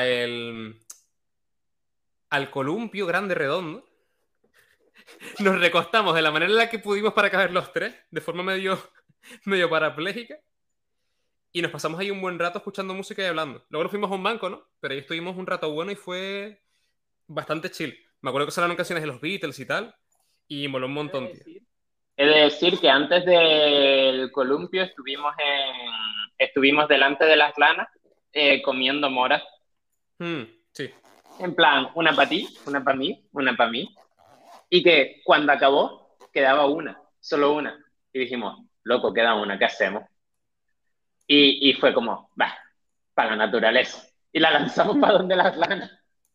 al columpio grande redondo. Nos recostamos de la manera en la que pudimos para caber los tres, de forma medio parapléjica. Y nos pasamos ahí un buen rato escuchando música y hablando. Luego nos fuimos a un banco, ¿no? Pero ahí estuvimos un rato bueno y fue bastante chill. Me acuerdo que sonaron canciones de los Beatles y tal. Y moló un montón, tío. He de decir que antes del columpio estuvimos delante de las lanas comiendo moras. Sí. En plan, una para ti, una para mí, una para mí. Y que cuando acabó, quedaba una, solo una. Y dijimos, loco, queda una, ¿qué hacemos? Y fue como, va, para la naturaleza. Y la lanzamos para donde las lanas.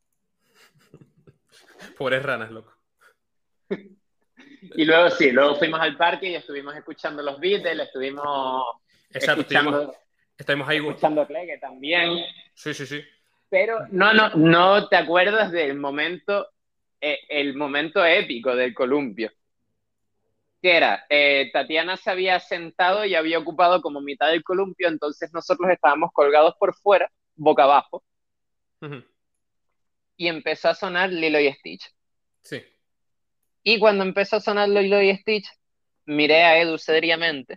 Pobres ranas, loco. Y luego sí, luego fuimos al parque y estuvimos escuchando los Beatles, estuvimos Exacto, escuchando, estuvimos ahí. escuchando Clegue también. Sí, sí, sí. Pero no te acuerdas del momento, el momento épico del columpio. Que era, Tatiana se había sentado y había ocupado como mitad del columpio, entonces nosotros estábamos colgados por fuera, boca abajo, Ujú. y empezó a sonar Lilo y Stitch. Sí. Y cuando empezó a sonar Lilo y Stitch, miré a Edu seriamente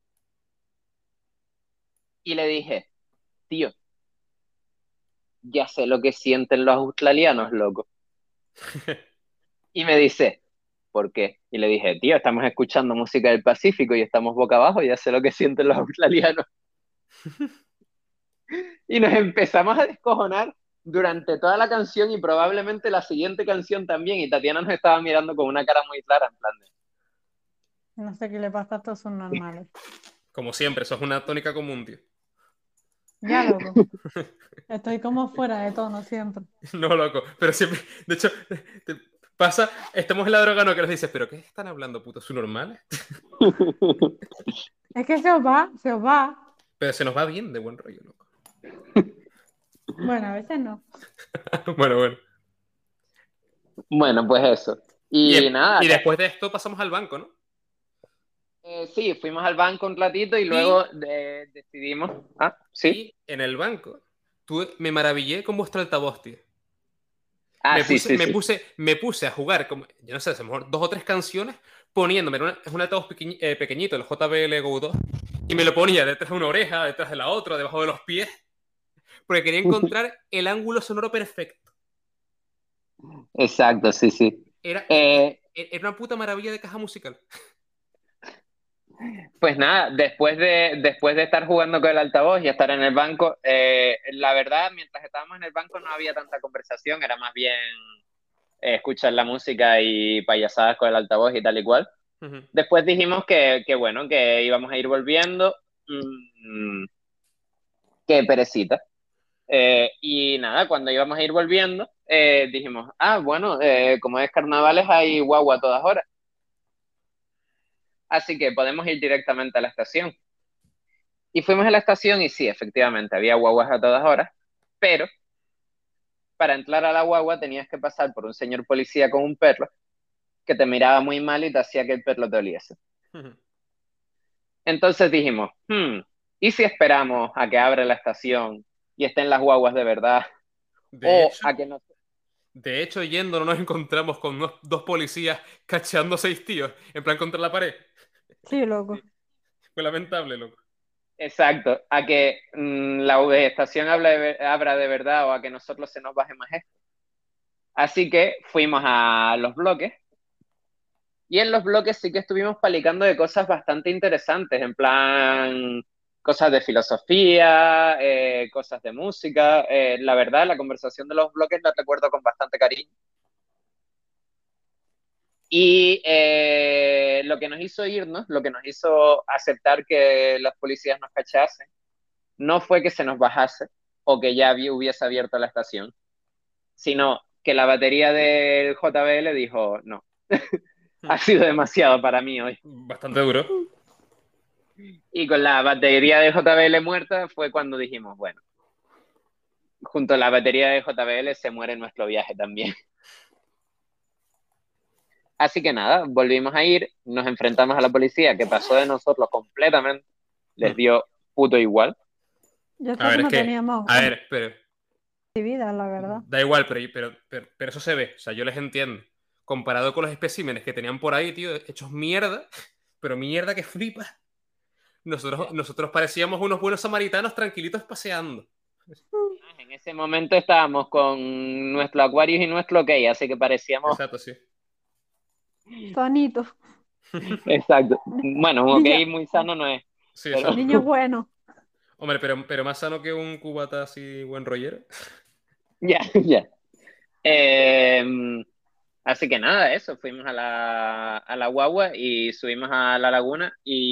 y le dije, tío, ya sé lo que sienten los australianos, loco. Y me dice, ¿por qué? Y le dije, tío, estamos escuchando música del Pacífico y estamos boca abajo, ya sé lo que sienten los australianos. Y nos empezamos a descojonar durante toda la canción y probablemente la siguiente canción también. Y Tatiana nos estaba mirando con una cara muy clara, en plan de, No sé qué le pasa, a estos son normales. Como siempre, eso es una tónica común, tío. Ya, loco. Estoy como fuera de tono siempre. No, loco. Pero siempre. De hecho, te pasa. Estamos en la droga, no que nos dices, ¿pero qué están hablando, puto? ¿Su normal? Es que se os va, se os va. Pero se nos va bien de buen rollo, loco. Bueno, a veces no. Bueno. bueno, pues eso. Y nada, Y después de esto pasamos al banco, ¿no? sí, fuimos al banco un ratito y Y, luego decidimos. Ah, sí. y en el banco, me maravillé con vuestro altavoz, tío. Ah, Me sí, puse, sí, me sí. puse, me puse a jugar, como, yo no sé, a lo mejor dos o tres canciones, poniéndome es un altavoz pequeñito, el JBL Go 2, y me lo ponía detrás de una oreja, detrás de la otra, debajo de los pies, porque quería encontrar el ángulo sonoro perfecto. Exacto, sí, sí. Era, Eh, era una puta maravilla de caja musical. Pues nada, después de estar jugando con el altavoz y estar en el banco, la verdad, mientras estábamos en el banco no había tanta conversación, era más bien escuchar la música y payasadas con el altavoz y tal y cual. Ujú. Después dijimos que bueno, que íbamos a ir volviendo. mm, Qué perecita. Y nada, cuando íbamos a ir volviendo, dijimos, bueno, como es carnavales hay guagua a todas horas, así que podemos ir directamente a la estación. Y fuimos a la estación y sí, efectivamente, había guaguas a todas horas, pero para entrar a la guagua tenías que pasar por un señor policía con un perro que te miraba muy mal y te hacía que el perro te oliese. Ujú. Entonces dijimos, ¿y si esperamos a que abra la estación y estén las guaguas de verdad? De O hecho, a que nos... de hecho, yendo nos encontramos con dos policías cacheando 6 tíos, en plan contra la pared. Sí, loco. Fue lamentable, loco. Exacto, a que la estación abra de verdad o a que nosotros se nos baje más esto. Así que fuimos a los bloques y en los bloques sí que estuvimos palicando de cosas bastante interesantes, en plan cosas de filosofía, cosas de música. La verdad, la conversación de los bloques la recuerdo con bastante cariño. Y lo que nos hizo irnos, lo que nos hizo aceptar que los policías nos cachasen, no fue que se nos bajase o que ya hubiese abierto la estación, sino que la batería del JBL dijo, no, ha sido demasiado para mí hoy. Bastante duro. Y con la batería de JBL muerta fue cuando dijimos, bueno, junto a la batería de JBL se muere nuestro viaje también. Así que nada, volvimos a ir, nos enfrentamos a la policía, que pasó de nosotros completamente, les Hmm. dio puto igual. Yo A creo que ver, es no que, teníamos a ver, pero actividad, la verdad. da igual, pero eso se ve. O sea, yo les entiendo. Comparado con los especímenes que tenían por ahí, tío, hechos mierda, pero mierda que flipas. Nosotros parecíamos unos buenos samaritanos tranquilitos paseando. En ese momento estábamos con nuestro Aquarius y nuestro OK, así que parecíamos... Exacto, sí. Sanito. Exacto. Bueno, un OK Niño, muy sano no es, Sí, pero exacto. niño bueno. Hombre, pero más sano que un cubata así buen rollero. ya, ya. Eh, Así que nada, eso, fuimos a la guagua y subimos a la laguna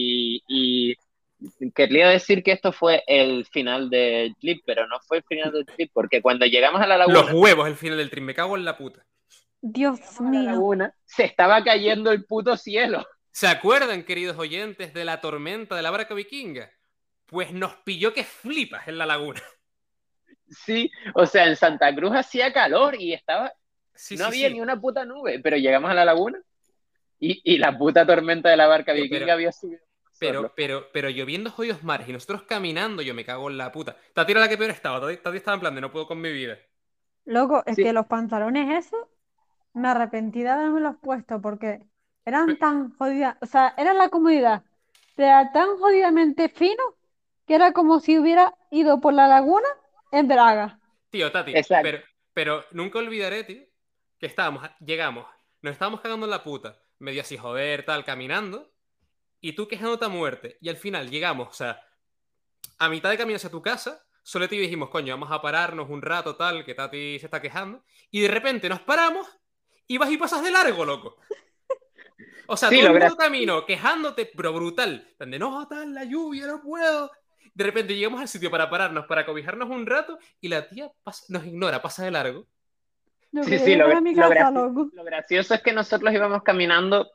y quería decir que esto fue el final del clip, pero no fue el final del clip, porque cuando llegamos a la Los laguna, huevos, el final del tren. Me cago en la puta. Dios mío. se estaba cayendo el puto cielo. ¿Se acuerdan, queridos oyentes, de la tormenta de la barca vikinga? Pues nos pilló que flipas en la laguna. Sí, o sea, en Santa Cruz hacía calor y estaba, Sí, no sí, había sí. ni una puta nube, pero llegamos a la laguna y la puta tormenta de la barca Tío, pero, vikinga había subido pero, solo. pero, pero lloviendo jodidos mares y nosotros caminando, yo me cago en la puta. Tati era la que peor estaba. Tati estaba en plan de no puedo con mi vida. Loco, es que Sí, los pantalones esos me arrepentí de haberme los puesto porque eran Pe- tan jodidas, o sea, era la comodidad, pero era tan jodidamente fino que era como si hubiera ido por la laguna en braga. Tío, Tati, exacto. pero nunca olvidaré, tío, que llegamos, nos estábamos cagando en la puta, medio así joder, tal, caminando, y tú quejándote a muerte. Y al final llegamos, o sea, a mitad de camino hacia tu casa, solo te dijimos, coño, vamos a pararnos un rato, tal, que Tati se está quejando, y de repente nos paramos y vas y pasas de largo, loco. O sea, Sí, todo el puto lograste. camino quejándote, pero brutal. Donde no, tal, la lluvia, no puedo. De repente llegamos al sitio para pararnos, para cobijarnos un rato, y la tía nos ignora, pasa de largo. Yo Sí, quería sí, llegar a mi casa, loco. lo gracioso es que nosotros íbamos caminando,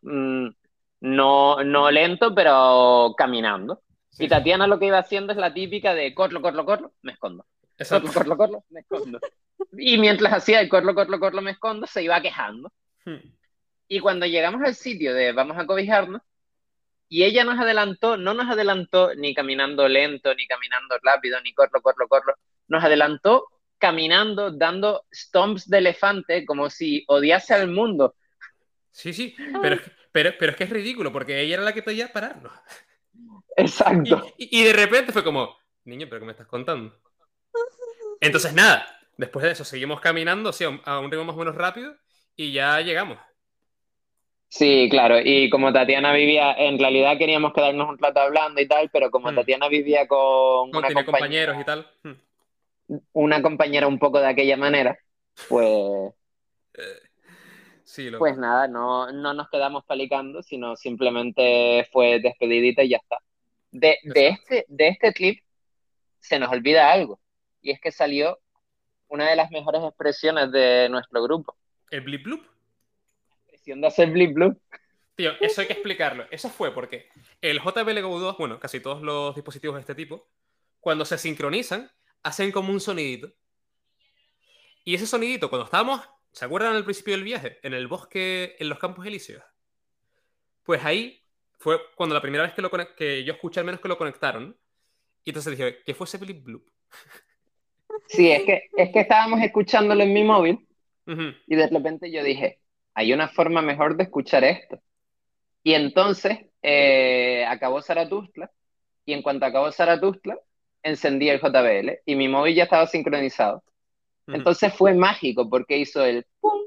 no lento, pero caminando. Y Sí, sí. Tatiana lo que iba haciendo es la típica de corlo, corlo, corlo, me escondo. Exacto. Corlo, corlo, corlo, me escondo. Y mientras hacía el corlo, corlo, corlo, me escondo, se iba quejando. Y cuando llegamos al sitio de vamos a cobijarnos, y ella nos adelantó, no nos adelantó ni caminando lento, ni caminando rápido, ni corro, corro, corro. Nos adelantó caminando, dando stomps de elefante, como si odiase al mundo. Sí, sí, Ay, pero es que es ridículo, porque ella era la que pedía pararnos. Y, Exacto. y de repente fue como, niño, ¿pero qué me estás contando? Entonces, nada, después de eso seguimos caminando, sí, a un ritmo más o menos rápido, y ya llegamos. Sí, claro. Y como Tatiana vivía, en realidad queríamos quedarnos un rato hablando y tal, pero como Hmm. Tatiana vivía con No, tiene compañeros y tal. Hmm. una compañera un poco de aquella manera, pues Sí, loco. pues nada, no nos quedamos palicando, sino simplemente fue despedidita y ya está. Exacto. De este clip se nos olvida algo, y es que salió una de las mejores expresiones de nuestro grupo, El blip bloop. la expresión de hacer blip bloop. Tío, eso hay que explicarlo. Eso fue porque el JBL Go 2, bueno, casi todos los dispositivos de este tipo, cuando se sincronizan, hacen como un sonidito. Y ese sonidito, cuando estábamos, ¿se acuerdan al principio del viaje? En el bosque, en los Campos Elíseos. Pues ahí fue cuando la primera vez que yo escuché al menos que lo conectaron. Y entonces dije, ¿qué fue ese blip bloop? Sí, es que estábamos escuchándolo en mi móvil Ujú, y de repente yo dije, hay una forma mejor de escuchar esto. Y entonces acabó Zaratustra, y en cuanto acabó Zaratustra, encendí el JBL y mi móvil ya estaba sincronizado. ujú. Entonces fue mágico porque hizo el pum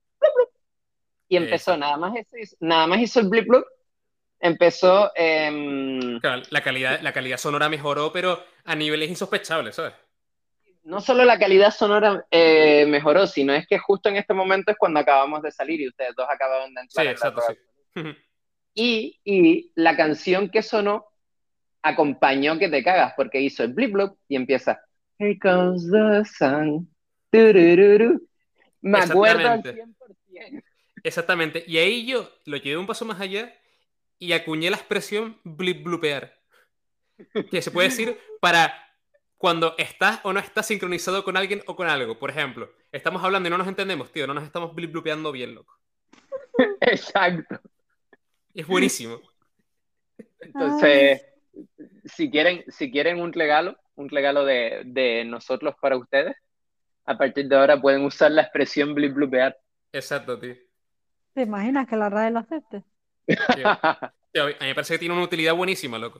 y empezó, Exacto. nada más hizo el blip blip, empezó, Claro, la calidad sonora mejoró, pero a niveles insospechables, ¿sabes? no solo la calidad sonora mejoró, sino es que justo en este momento es cuando acabamos de salir y ustedes dos acababan de Sí, entrar en la exacto, rueda. sí. Ujú. Y la canción que sonó acompañó que te cagas, porque hizo el blip blop y empieza Here comes the sun. Turururu. Me acuerdo al Exactamente, 100%. exactamente. Y ahí yo lo llevé un paso más allá y acuñé la expresión blip blupear, que se puede decir para cuando estás o no estás sincronizado con alguien o con algo. Por ejemplo, estamos hablando y no nos entendemos, tío, no nos estamos blip blupeando bien, loco. Exacto. Es buenísimo. Entonces, si quieren un regalo de nosotros para ustedes, a partir de ahora pueden usar la expresión blip blupear. Exacto, tío. ¿Te imaginas que la RAE lo acepte? Tío, tío, a mí me parece que tiene una utilidad buenísima, loco.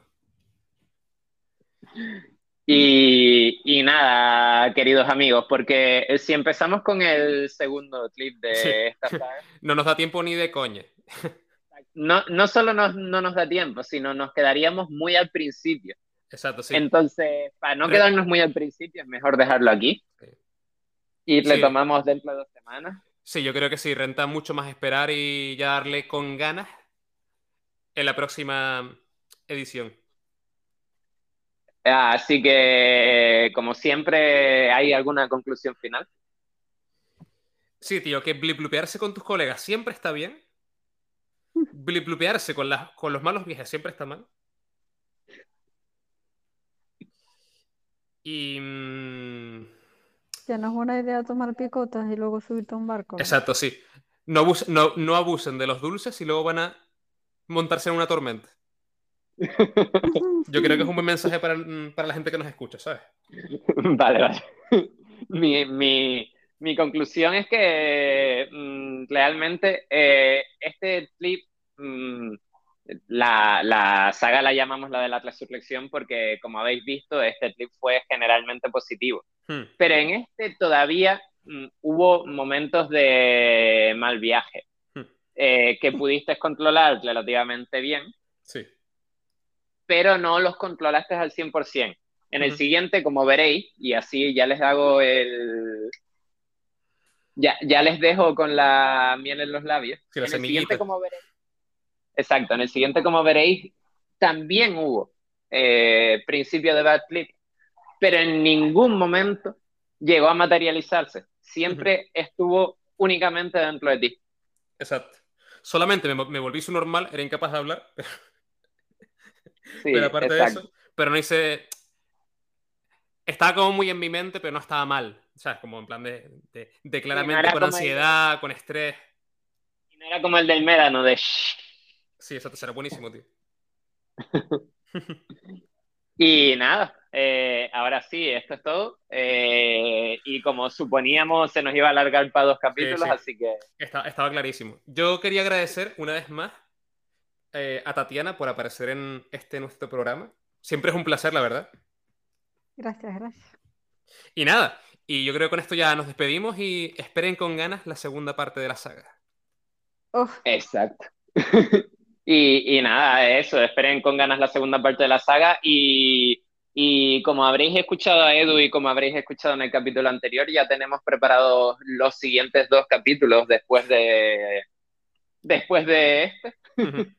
Y nada, queridos amigos, porque si empezamos con el segundo clip Sí. de esta saga, No nos da tiempo ni de coña. no solo no nos da tiempo, sino nos quedaríamos muy al principio. Exacto, sí. Entonces, para no Re- quedarnos muy al principio, es mejor dejarlo aquí y Sí, retomamos dentro de 2 semanas. sí, yo creo que sí, renta mucho más esperar y ya darle con ganas en la próxima edición. Así que, como siempre, ¿hay alguna conclusión final? Sí, tío, que bliplupearse con tus colegas siempre está bien. Bliplupearse con los malos viajes siempre está mal. Y... Que no es buena idea tomar picotas y luego subirte a un barco, ¿no? exacto, sí. No abusen de los dulces y luego van a montarse en una tormenta. Yo creo que es un buen mensaje para la gente que nos escucha, ¿sabes? Vale, vale. Mi conclusión es que realmente este clip, la saga la llamamos la del Atlas Sublección porque, como habéis visto, este clip fue generalmente positivo. Hmm, Pero en este todavía hubo momentos de mal viaje hmm, que pudiste controlar relativamente bien, sí. pero no los controlaste al 100%. En el Ujú. siguiente, como veréis, y así ya les hago ya les dejo con la miel en los labios. Sí, la En el siguiente, semillita. como veréis, exacto, en el siguiente, como veréis, también hubo principio de bad flip, pero en ningún momento llegó a materializarse. Ujú. Siempre estuvo únicamente dentro de ti. Exacto. Solamente me volví su normal, era incapaz de hablar, pero Sí, aparte de exacto. eso, pero no hice... Estaba como muy en mi mente, pero no estaba mal. ¿Sabes? Como en plan de Sí, no claramente era con como ansiedad, con estrés. no era como el del médano de shh. Sí, exacto, será buenísimo, tío. Y nada, ahora sí, esto es todo. Y como suponíamos, se nos iba a alargar para 2 capítulos, Sí, así que estaba clarísimo. Yo quería agradecer una vez más a Tatiana por aparecer en nuestro programa. Siempre es un placer, la verdad. Gracias, gracias. Y nada, y yo creo que con esto ya nos despedimos y esperen con ganas la segunda parte de la saga. Uf, exacto. Y nada, eso, esperen con ganas la segunda parte de la saga Y como habréis escuchado a Edu y como habréis escuchado en el capítulo anterior, ya tenemos preparados los siguientes 2 capítulos después de este. Ujú.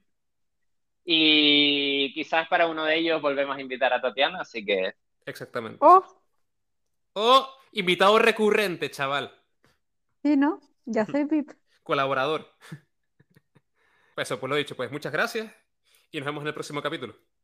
Y quizás para uno de ellos volvemos a invitar a Tatiana, así que Exactamente, sí. Oh, O invitado recurrente, chaval. sí, ¿no? Ya soy VIP. Colaborador. Pues eso, pues lo dicho, pues muchas gracias y nos vemos en el próximo capítulo.